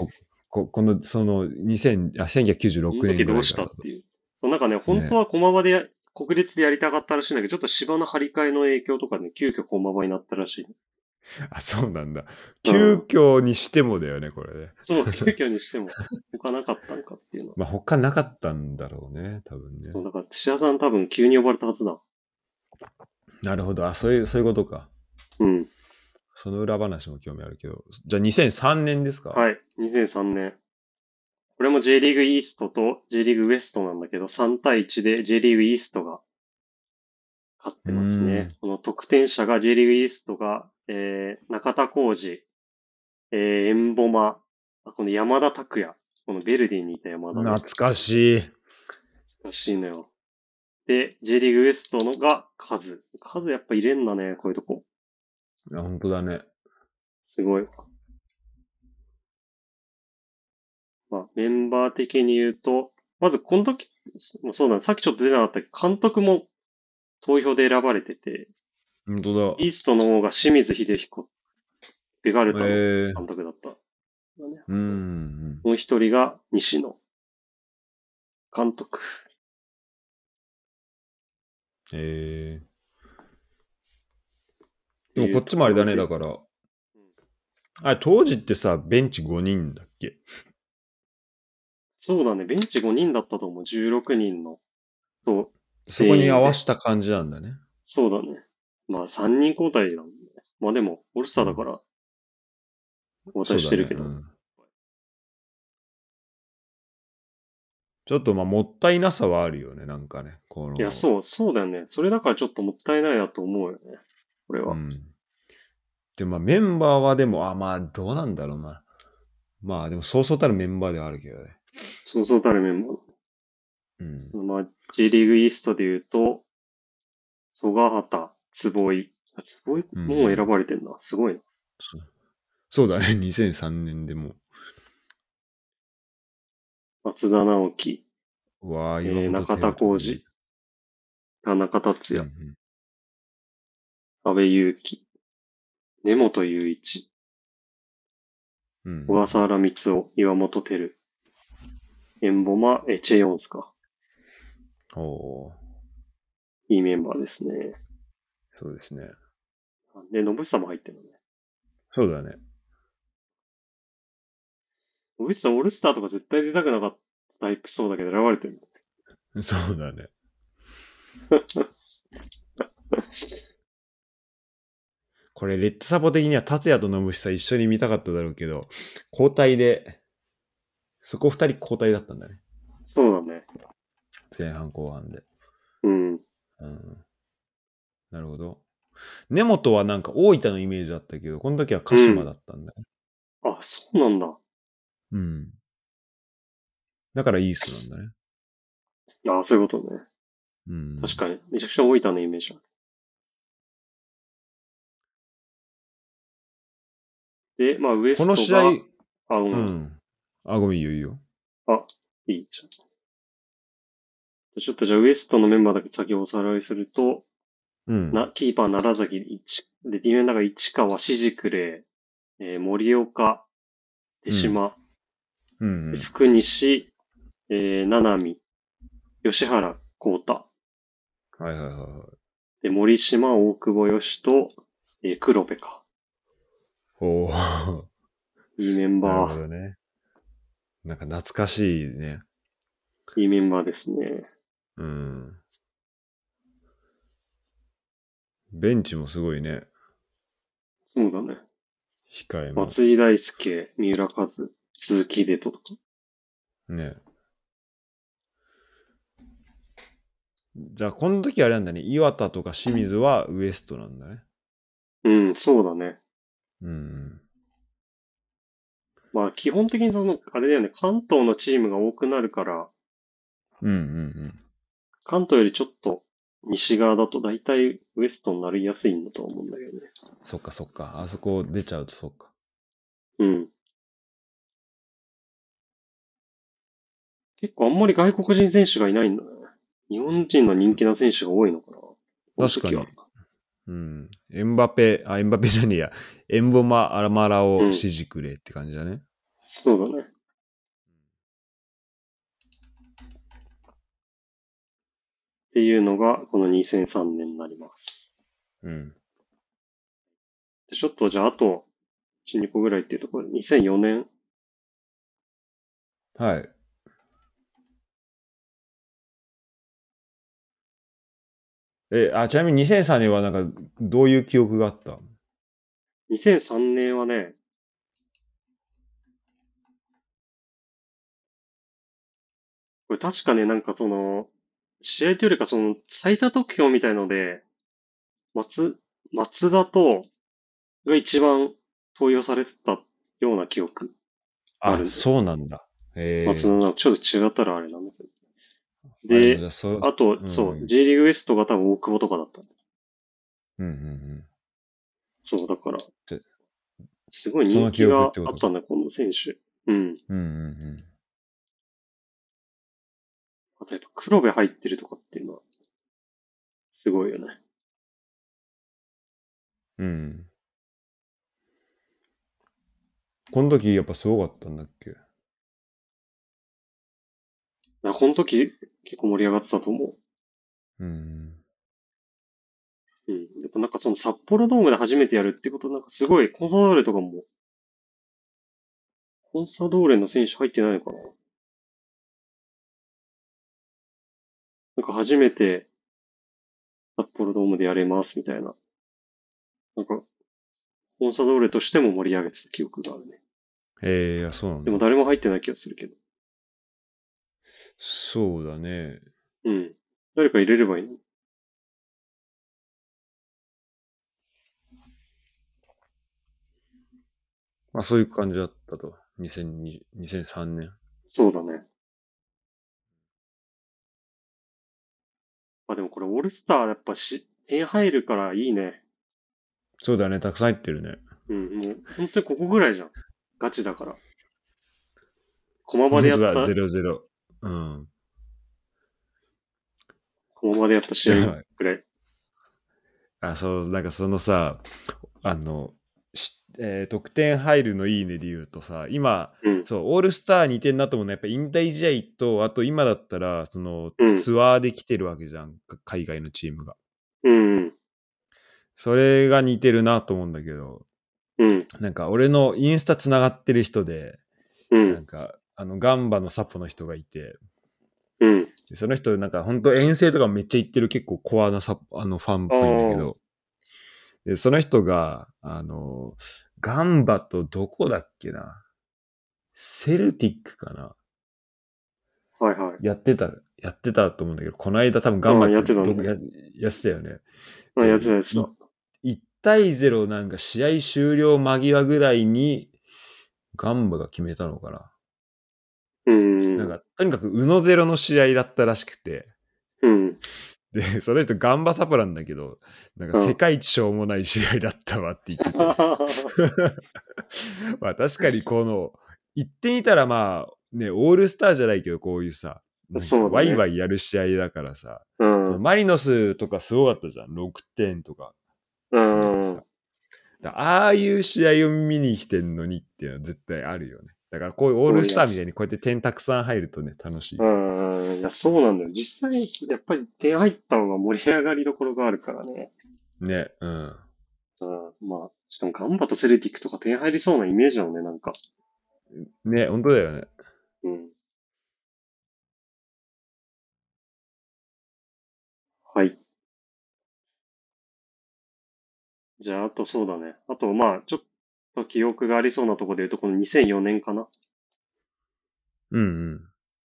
ここの、その、にせん、あ、せんきゅうひゃくきゅうじゅうろくねんぐその時どうしらいからだと。 たっていう。そうなんかね、本当は駒場でや、国立でやりたかったらしいんだけど、ちょっと芝の張り替えの影響とかで、急遽駒場になったらしい。 あ、そうなんだ。 う急ん。 遽にしてもだよね、これね。 そう、急遽にしても、他なかったんかっていうのは。 まあ、他なかったんだろうね、多分ね。 そう、だから、土屋さん多分急に呼ばれたはずだ。 なるほど。あ、そういう、そういうことか。 うん。 その裏話も興味あるけど。じゃあにせんさんねんですか？ はい。にせんさんねん。これも J リーグイーストと J リーグウエストなんだけど、さん対いちで J リーグイーストが勝っうーてますね。 ん。 この得点者が J リーグイーストが、えー、中田浩二、えー、エンボマ、あこの山田拓也、このベルディにいた山田ね。 懐かしい。 らしいのよ。で、J リーグウエストのがカズ。カズやっぱ入れんだね、こういうとこ。 いや、本当だね。 すごい。まあ、メンバー的に言うと、まずこの時、そうだね、さっきちょっと出なかったけど、監督も投票で選ばれてて、 本当イーストの方が清水秀彦、ベガルだ。 タのええ監督だった。ね、 ー。うーん。 もう一人が西野監督。 ええってー。でもこっいうとこちもあれだね、 ろで、 だから。あれ、当時ってさ、ベンチごにんだっけ？ そうだね、ベンチごにんだったと思う。じゅうろくにんの、と、 そこに合わ全員で。 した感じなんだね。 そうだね。まあ、さんにん交代だもんね。まあでも、オールスタうん。 ーだから交代そうだね。 してるけど。 うん。ちょっとまあ、もったいなさはあるよね、なんかね。こいや、 の、 そう、そうだよね。それだからちょっともったいないなと思うよね。これは。 うん。で、まあ、メンバーはでも、あ、まあ、どうなんだろうな。まあ、でも、そうそうたるメンバーではあるけどね。 そうそうたるメンバー。 うん。 そのまあ、J リーグイーストで言うと、曽我畑、坪井。あ、坪井うん、うもう選ん。 ばれてんな。すごいな。 そうそうだね。にせんさんねんでも。 松田直樹、 うわあ、岩えー、 本中田輝とかね。 浩二、田中達也、 うん、 阿部勇樹、根本雄一、 うん。うん、 小笠原光雄、岩本照、エンボマ、え、チェヨンスか。 うん。おー、 いいメンバーですね。 そうですね。 で、信久も入ってるのね。 そうだね。 信久オールスターとか絶対出たくなかったタイプそうだけど選ばれてるそうだね。これ、レッドサポ的には達也と信久一緒に見たかっただろうけど、交代で、そこ二人交代だったんだね。 そうだね。 前半後半で。 うん。 うん。なるほど。根本はなんか大分のイメージだったけど、この時は鹿島うん。 だったんだね。 あ、そうなんだ。 うん。だからイーストなんだね。 あ、そういうことね。 うん。 確かに。めちゃくちゃ大分のイメージある。で、まあ、ウエスこの試合、 トが、あ、ごめん。 うん。あ、ごめん、言うよ。 あ、いいじゃん。ちょっとじゃあウエストのメンバーだけ先おさらいすると、 うん。 な、キーパー奈良崎一で、ディフェンダーが市川、しくれ、えー、森岡、手うん。 島、 うん。 福西、えー、七海、吉原、幸太、 はいはいはいはい。 で、森島、大久保嘉人、えー、黒部か。 おお。 いいメンなるほバどね。なんか懐かしいね。 ー。いいメンバーですね。 うん。ベンチもすごいね。 そうだね。 控えも。 松井大輔、三浦和、鈴木秀人とか。 ね。じゃあ、この時あれなんだね。岩田とか清水はウエストなんだね。 うん、そうだね。 うん。 まあ、基本的にその、あれだよね、関東のチームが多くなるから、 うんうん関東よりちょっと西側だと大体ウエストになりやすいんだと思うんだけどね。 うん。そっかそっか。あそこ出ちゃうとそっか。 うん。結構あんまり外国人選手がいないんだね。日本人の人気な選手が多いのかな。この時は。 確かに。うん。エンバペ、あ、エンバペじゃねえや。エンボマ、アラマラをうん。 指示くれって感じだね。 そうだね。 っていうのが、このにせんさんねんになります。 うん。 でちょっとじゃあ、あと、いち、にこぐらいっていうところで、にせんよねん。 はい。え、あ、ちなみににせんさんねんはなんか、どういう記憶があった？ にせんさんねんはね、これ確かね、なんかその、試合というよりかその、最多得票みたいので、松、松田と、が一番投与されてたような記憶がああ、 るんだよ。 そうなんだ。 松田えなんかちょっと違ったらあれなんだけど。 ー、あ、でもじゃで、 あ、そう、 あと、 うん、 そう、 うん、 J リーグウエストが多分大久保とかだった。 うん、うん。 そう、だから、 で、 すごいその記憶っ人気がてことか。 あったんだよ、この選手。うん。 うん、うん、 あとやっぱ黒部入ってるとかっていうのは、すごいよね。 うん。うん。この時やっぱすごかったんだっけ？ いや、この時結構盛り上がってたと思うん。 う。うん。やっぱなんかその札幌ドームで初めてやるってこと、なんかすごいコンサドーレとかも、コンサドーレの選手入ってないのかな。なんか初めて札幌ドームでやれますみたいな。なんか、コンサドーレとしても盛り上げてた記憶があるね。 えー、いや、そうなんだ。 でも誰も入ってない気がするけど。 そうだね。 うん。誰か入れればいいの。 まあそういう感じだったと。にせんにじゅう、にせんさんねん。 そうだね。まあでもこれオールスターやっぱし、点入るからいいね。 そうだね、たくさん入ってるね。 うん、もう本当にここぐらいじゃん。ガチだから。駒場で本当だ、 やった、 ゼロゼロ。うん。 駒場でやった試合ぐらい。 あ、そう、なんかそのさ、あの、しえー得点入るのいいねで言うとさ、今、 うん、 そう、オールスターにてんなと思うのは、やっぱ引退試合と、あと今だったら、そのうん、 ツアーで来てるわけじゃん、か海外のチームが。 うん、 それが似てるなと思うんだけど、 うん、 なんか俺のインスタつながってる人で、 うん、 なんか、あの、ガンバのサポの人がいて、 うん。 でその人、なんか本当遠征とかめっちゃ行ってる結構コアなサあのファンっあぽいんだけあ、 ど、で、その人が、あの、ガンバとどこだっけな、セルティックかな、 はいはい。 やってた、やってたと思うんだけど、この間多分ガンああ、やバってってたね。 どこや、やってたよね。 ああ、やってたで、 やつだ。 いいち対ゼロなんか試合終了間際ぐらいにガンバが決めたのかな。 うん、 なんか、とにかくウノゼロの試合だったらしくて、 うん、 で、その人ガンバサポなんだけど、なんかうん。 世界一しょうもない試合だったわって言ってて。まあ確かにこの、言ってみたらまあ、ね、オールスターじゃないけど、こういうさ、なんかそうだね。 ワイワイやる試合だからさ、 うん、うん、 そのマリノスとかすごかったじゃん。ろくてんとかう決めてさ。 ん。 だああいう試合を見に来てんのにっていうのは絶対あるよね。だからこういうオーそういや、 ルスターみたいにこうやって点たくさん入るとね、楽しいうよね。 ん、いや、そうなんだよ。実際、やっぱり点入った方が盛り上がりどころがあるからね。 ね、うん。 うん、まあ、しかもガンバとセルティックとか点入りそうなイメージなのね、なんか。 ね、本当だよね。 うん。はい。じゃあ、あとそうだね。あと、まあ、ちょっと記憶がありそうなところで言うと、このにせんよねんかな。 うんうん。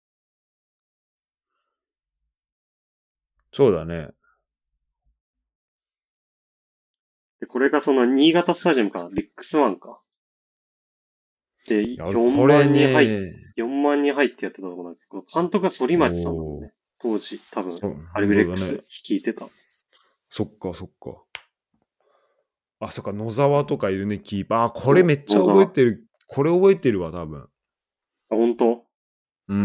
そうだね。 で、これがその新潟スタジアムか、ビッグスワンか。で、 いや、俺 4 これ万人入っ、 ね、 よんまん人入ってやってたとこなんだけど、監督が反町さんだもんおー、 ね。当時、多分、 そアルビレックス本当だね。 率いてた。あ、 そっかそっか。あ、そっか、野沢とかいるね、キーパー。あ、これめそう、 っちゃ野沢。あ、 覚えてる。これ覚えてるわ、多分。 本当。 うん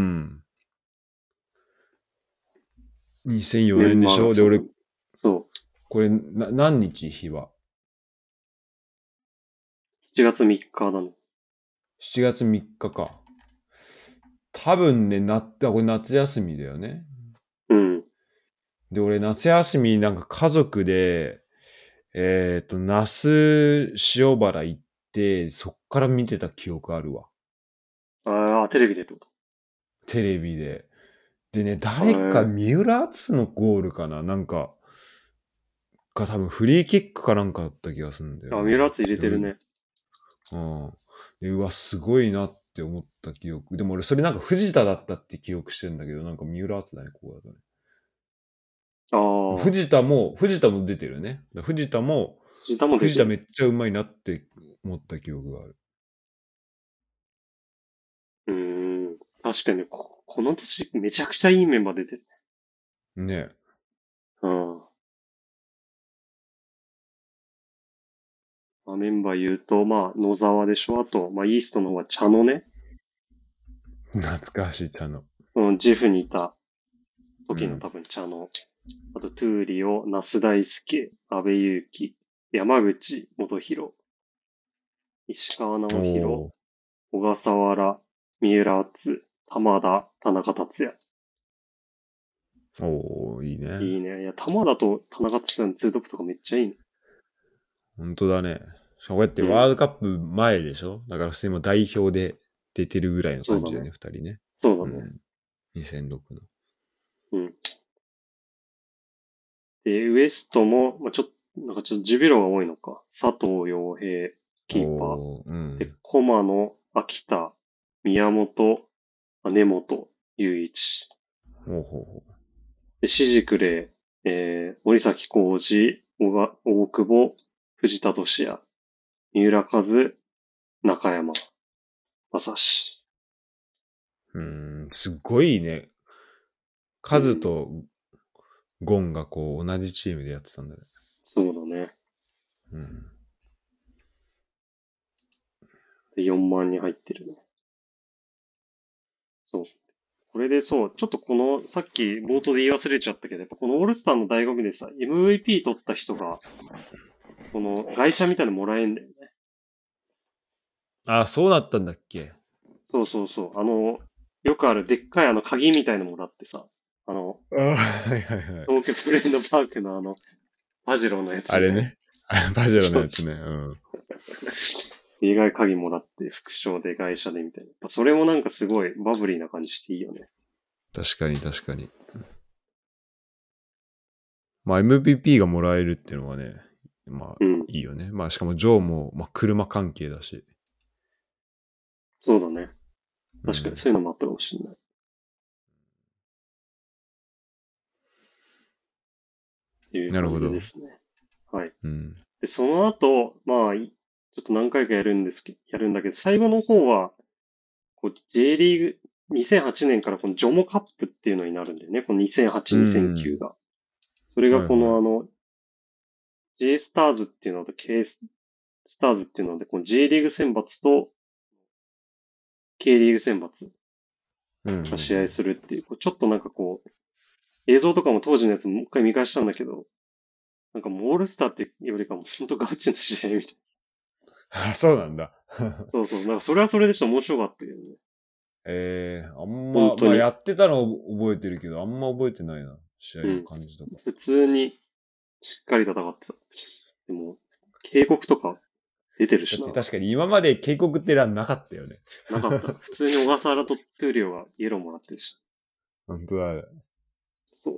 。2004 メン年でしょで、 バーがそうだね。 俺、 そう。 これ、な、何日日は？ しちがつみっかだね。 しち 月みっかかか。多分ね、な、あ、これ夏休みだよね。 うん。 で、俺、夏休みなんか家族で、えっ、と、那須塩原行って、そっから見てた記憶あるわ。 ああ、テレビでってこテレビで。でね、 と。 誰かへ三浦敦のゴールかななんか、が多分フリーキックかなんかだった気がするんだえ。あ、 よね。 三浦敦入れで、俺、 てるね。 うん。で、うわ、すごいなって思った記憶。でも俺、それなんか藤田だったって記憶してるんだけど、なんか三浦敦だね、ここだとね。 ああ、 藤田も、藤田も出てるね。だ藤田も、 藤田も出てる。 藤田めっちゃうまいなって思った記憶がある。 うーん。確かにこ、この年めちゃくちゃいいメンバー出てる。 ね。 うん。まあ、メンバー言うと、まあ、野沢でしょ。あと、まあ、イーストの方は茶野ね。 懐かしいったの。 うん、ジェフにいたうん。 時の多分茶野。あと、トゥーリオ、那須大輔、安部祐樹、山口元弘、石川直弘、 おー。 小笠原、三浦敦、玉田、田中達也。 おー、いいね。 いいね。いや、玉田と田中達也のツートップとかめっちゃいいね。 ほんとだね。しかもこうやってうん。 ワールドカップ前でしょだから普通にもう代表で出てるぐらいのそうだね。 感じだよね、二人ね。 そうだね。 うん。にせんろくの。 うん。で、ウエストも、まあ、ちょっと、なんかちょっとジュビロが多いのか。佐藤洋平、キーパー。 おー、うで、 ん。 駒野、秋田、宮本、根本、雄一。 ほうほうほで、シジクレイ、えー、森崎浩二、小が大久保、藤田俊也、三浦和、中山、正史。 う。うーん、すっごいね。カズうん。 とゴンがこう同じチームでやってたんだね。 そうだね。 うん。 で、よんまん人入ってるね。そう。これでそう、ちょっとこの、さっき冒頭で言い忘れちゃったけど、やっぱこのオールスターの醍醐味でさ、エムブイピー 取った人が、この外車みたいなのもらえんだよね。 あ、そうだったんだっけ。 そうそうそう。あの、よくあるでっかいあの鍵みたいなのもらってさ、あの、 あはいはいはい。 東京フレンドパークのあの、パジェロのやつみたいな。 あれね。バジェロのそう。 やつね。うん。 意外鍵もらって副賞で外車でみたいな。やっぱそれもなんかすごいバブリーな感じしていいよね。 確かに確かに。まあ エムブイピー がもらえるっていうのはね、まあうん。 いいよね。まあしかもジョーも、まあ、車関係だし。 そうだね。確かにうん。 そういうのもあったかもしれない。っていう感なるほど。 じですね。はい。 うん。 で、その後、まあ、いちょっと何回かやるんですけど、やるんだけど、最後の方は、こう、J リーグ、にせんはちねんからこのジョモカップっていうのになるんだよね。このうにせんはち、 ん。 にせんきゅうが。それがこはいはい。 のあの、J スターズっていうのと K スターズっていうので、この J リーグ選抜と K リーグ選抜うんうんうが試合ん。 するっていう、こうちょっとなんかこう、映像とかも当時のやつもう一回見返したんだけど、なんかもうオールスターっていうよりかも本当ガチの試合みたいな。 あ、そうなんだ。 そうそう。なんかそれはそれでちょっと面白かったけどね。 ええー、あんま、まあや本当に。 ってたの覚えてるけど、あんま覚えてないな。試合のうん。 感じとか。 普通にしっかり戦ってた。でも、警告とか出てるしな。 だって確かに今まで警告って欄なかったよね。 なかった。普通に小笠原とトゥーリオがイエローもらってるし。 本当だ。 そう。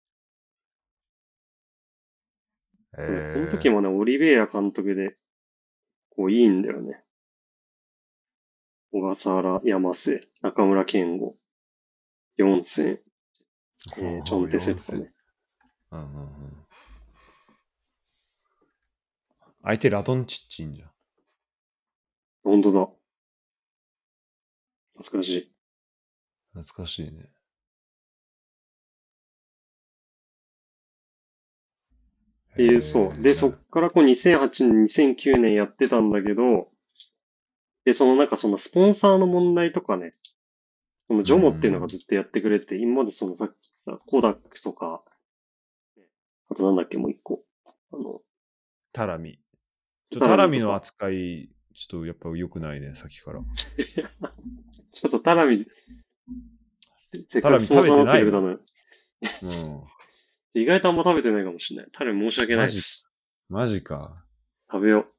でもこの時えもね、オリベイラ監督で、こういいんだよね。小笠原、山瀬、中村健吾、四千、 ええー、チョンテセよん戦。 とかね。 うんうんうん。相手ラドンチッチいんじゃん。 本当だ。懐かしい。 懐かしいね。 っていう、そう。で、 えそっからこうにせんはちねん、にせんきゅうねんやってたんだけど、で、そのなんかそのスポンサーの問題とかね、そのー、うジョモっていうのがん。 ずっとやってくれて、今までそのさっきさ、コダックとか、あとなんだっけ、もう一個。あの、 タラミ。ちょ、 タタラミのラミとか。 扱い、ちょっとやっぱ良くないね、さっきから。 ちょっとタラミ、せっかくタラミ食スポンサーになってべてないの。 くれたのよ。 うん。 意外とあんま食べてないかもしれない。タレ申し訳なマジ、 いです。 マジか。 食べよう。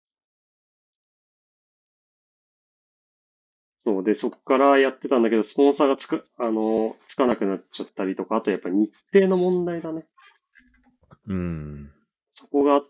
そうで、そこからやってたんだけど、スポンサーがつく、あの、つかなくなっちゃったりとか、あとやっぱ日程の問題だね。 うん。 そこがあって、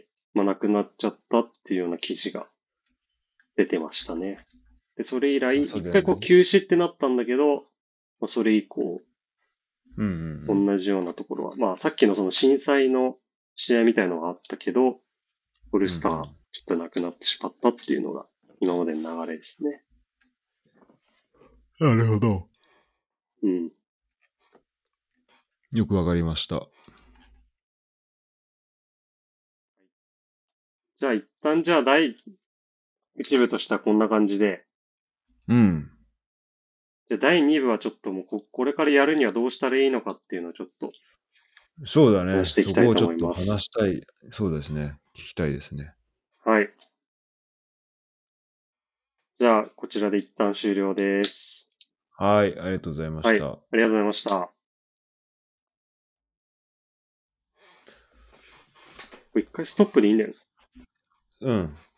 まあ、なくなっちゃったっていうような記事が出てましたね。で、それ以来、 あ、そう一回こうだよね。 休止ってなったんだけど、まあ、それ以降、 うんうん同じようなところは、まあ、さっきのその震災の試合みたいのがあったけど、オールうん。うんスター、ちょっとなくなってしまったっていうのが、今までの流れですね。 うん。なるほど。 うん。 よくわかりました。 じゃあ一旦じゃあ第一部としてはこんな感じで、 うん。 じゃあだいに部はちょっともうこ、これからやるにはどうしたらいいのかっていうのをちょっとそうだね。 話していきそこをちょったいと思いと話ます。 したい。そうですね。聞きたいですね。 はい。じゃあ、こちらで一旦終了です。 はい。ありがとうございまはい。 した。 ありがとうございました。これ一回ストップでいいんだよね。 うん。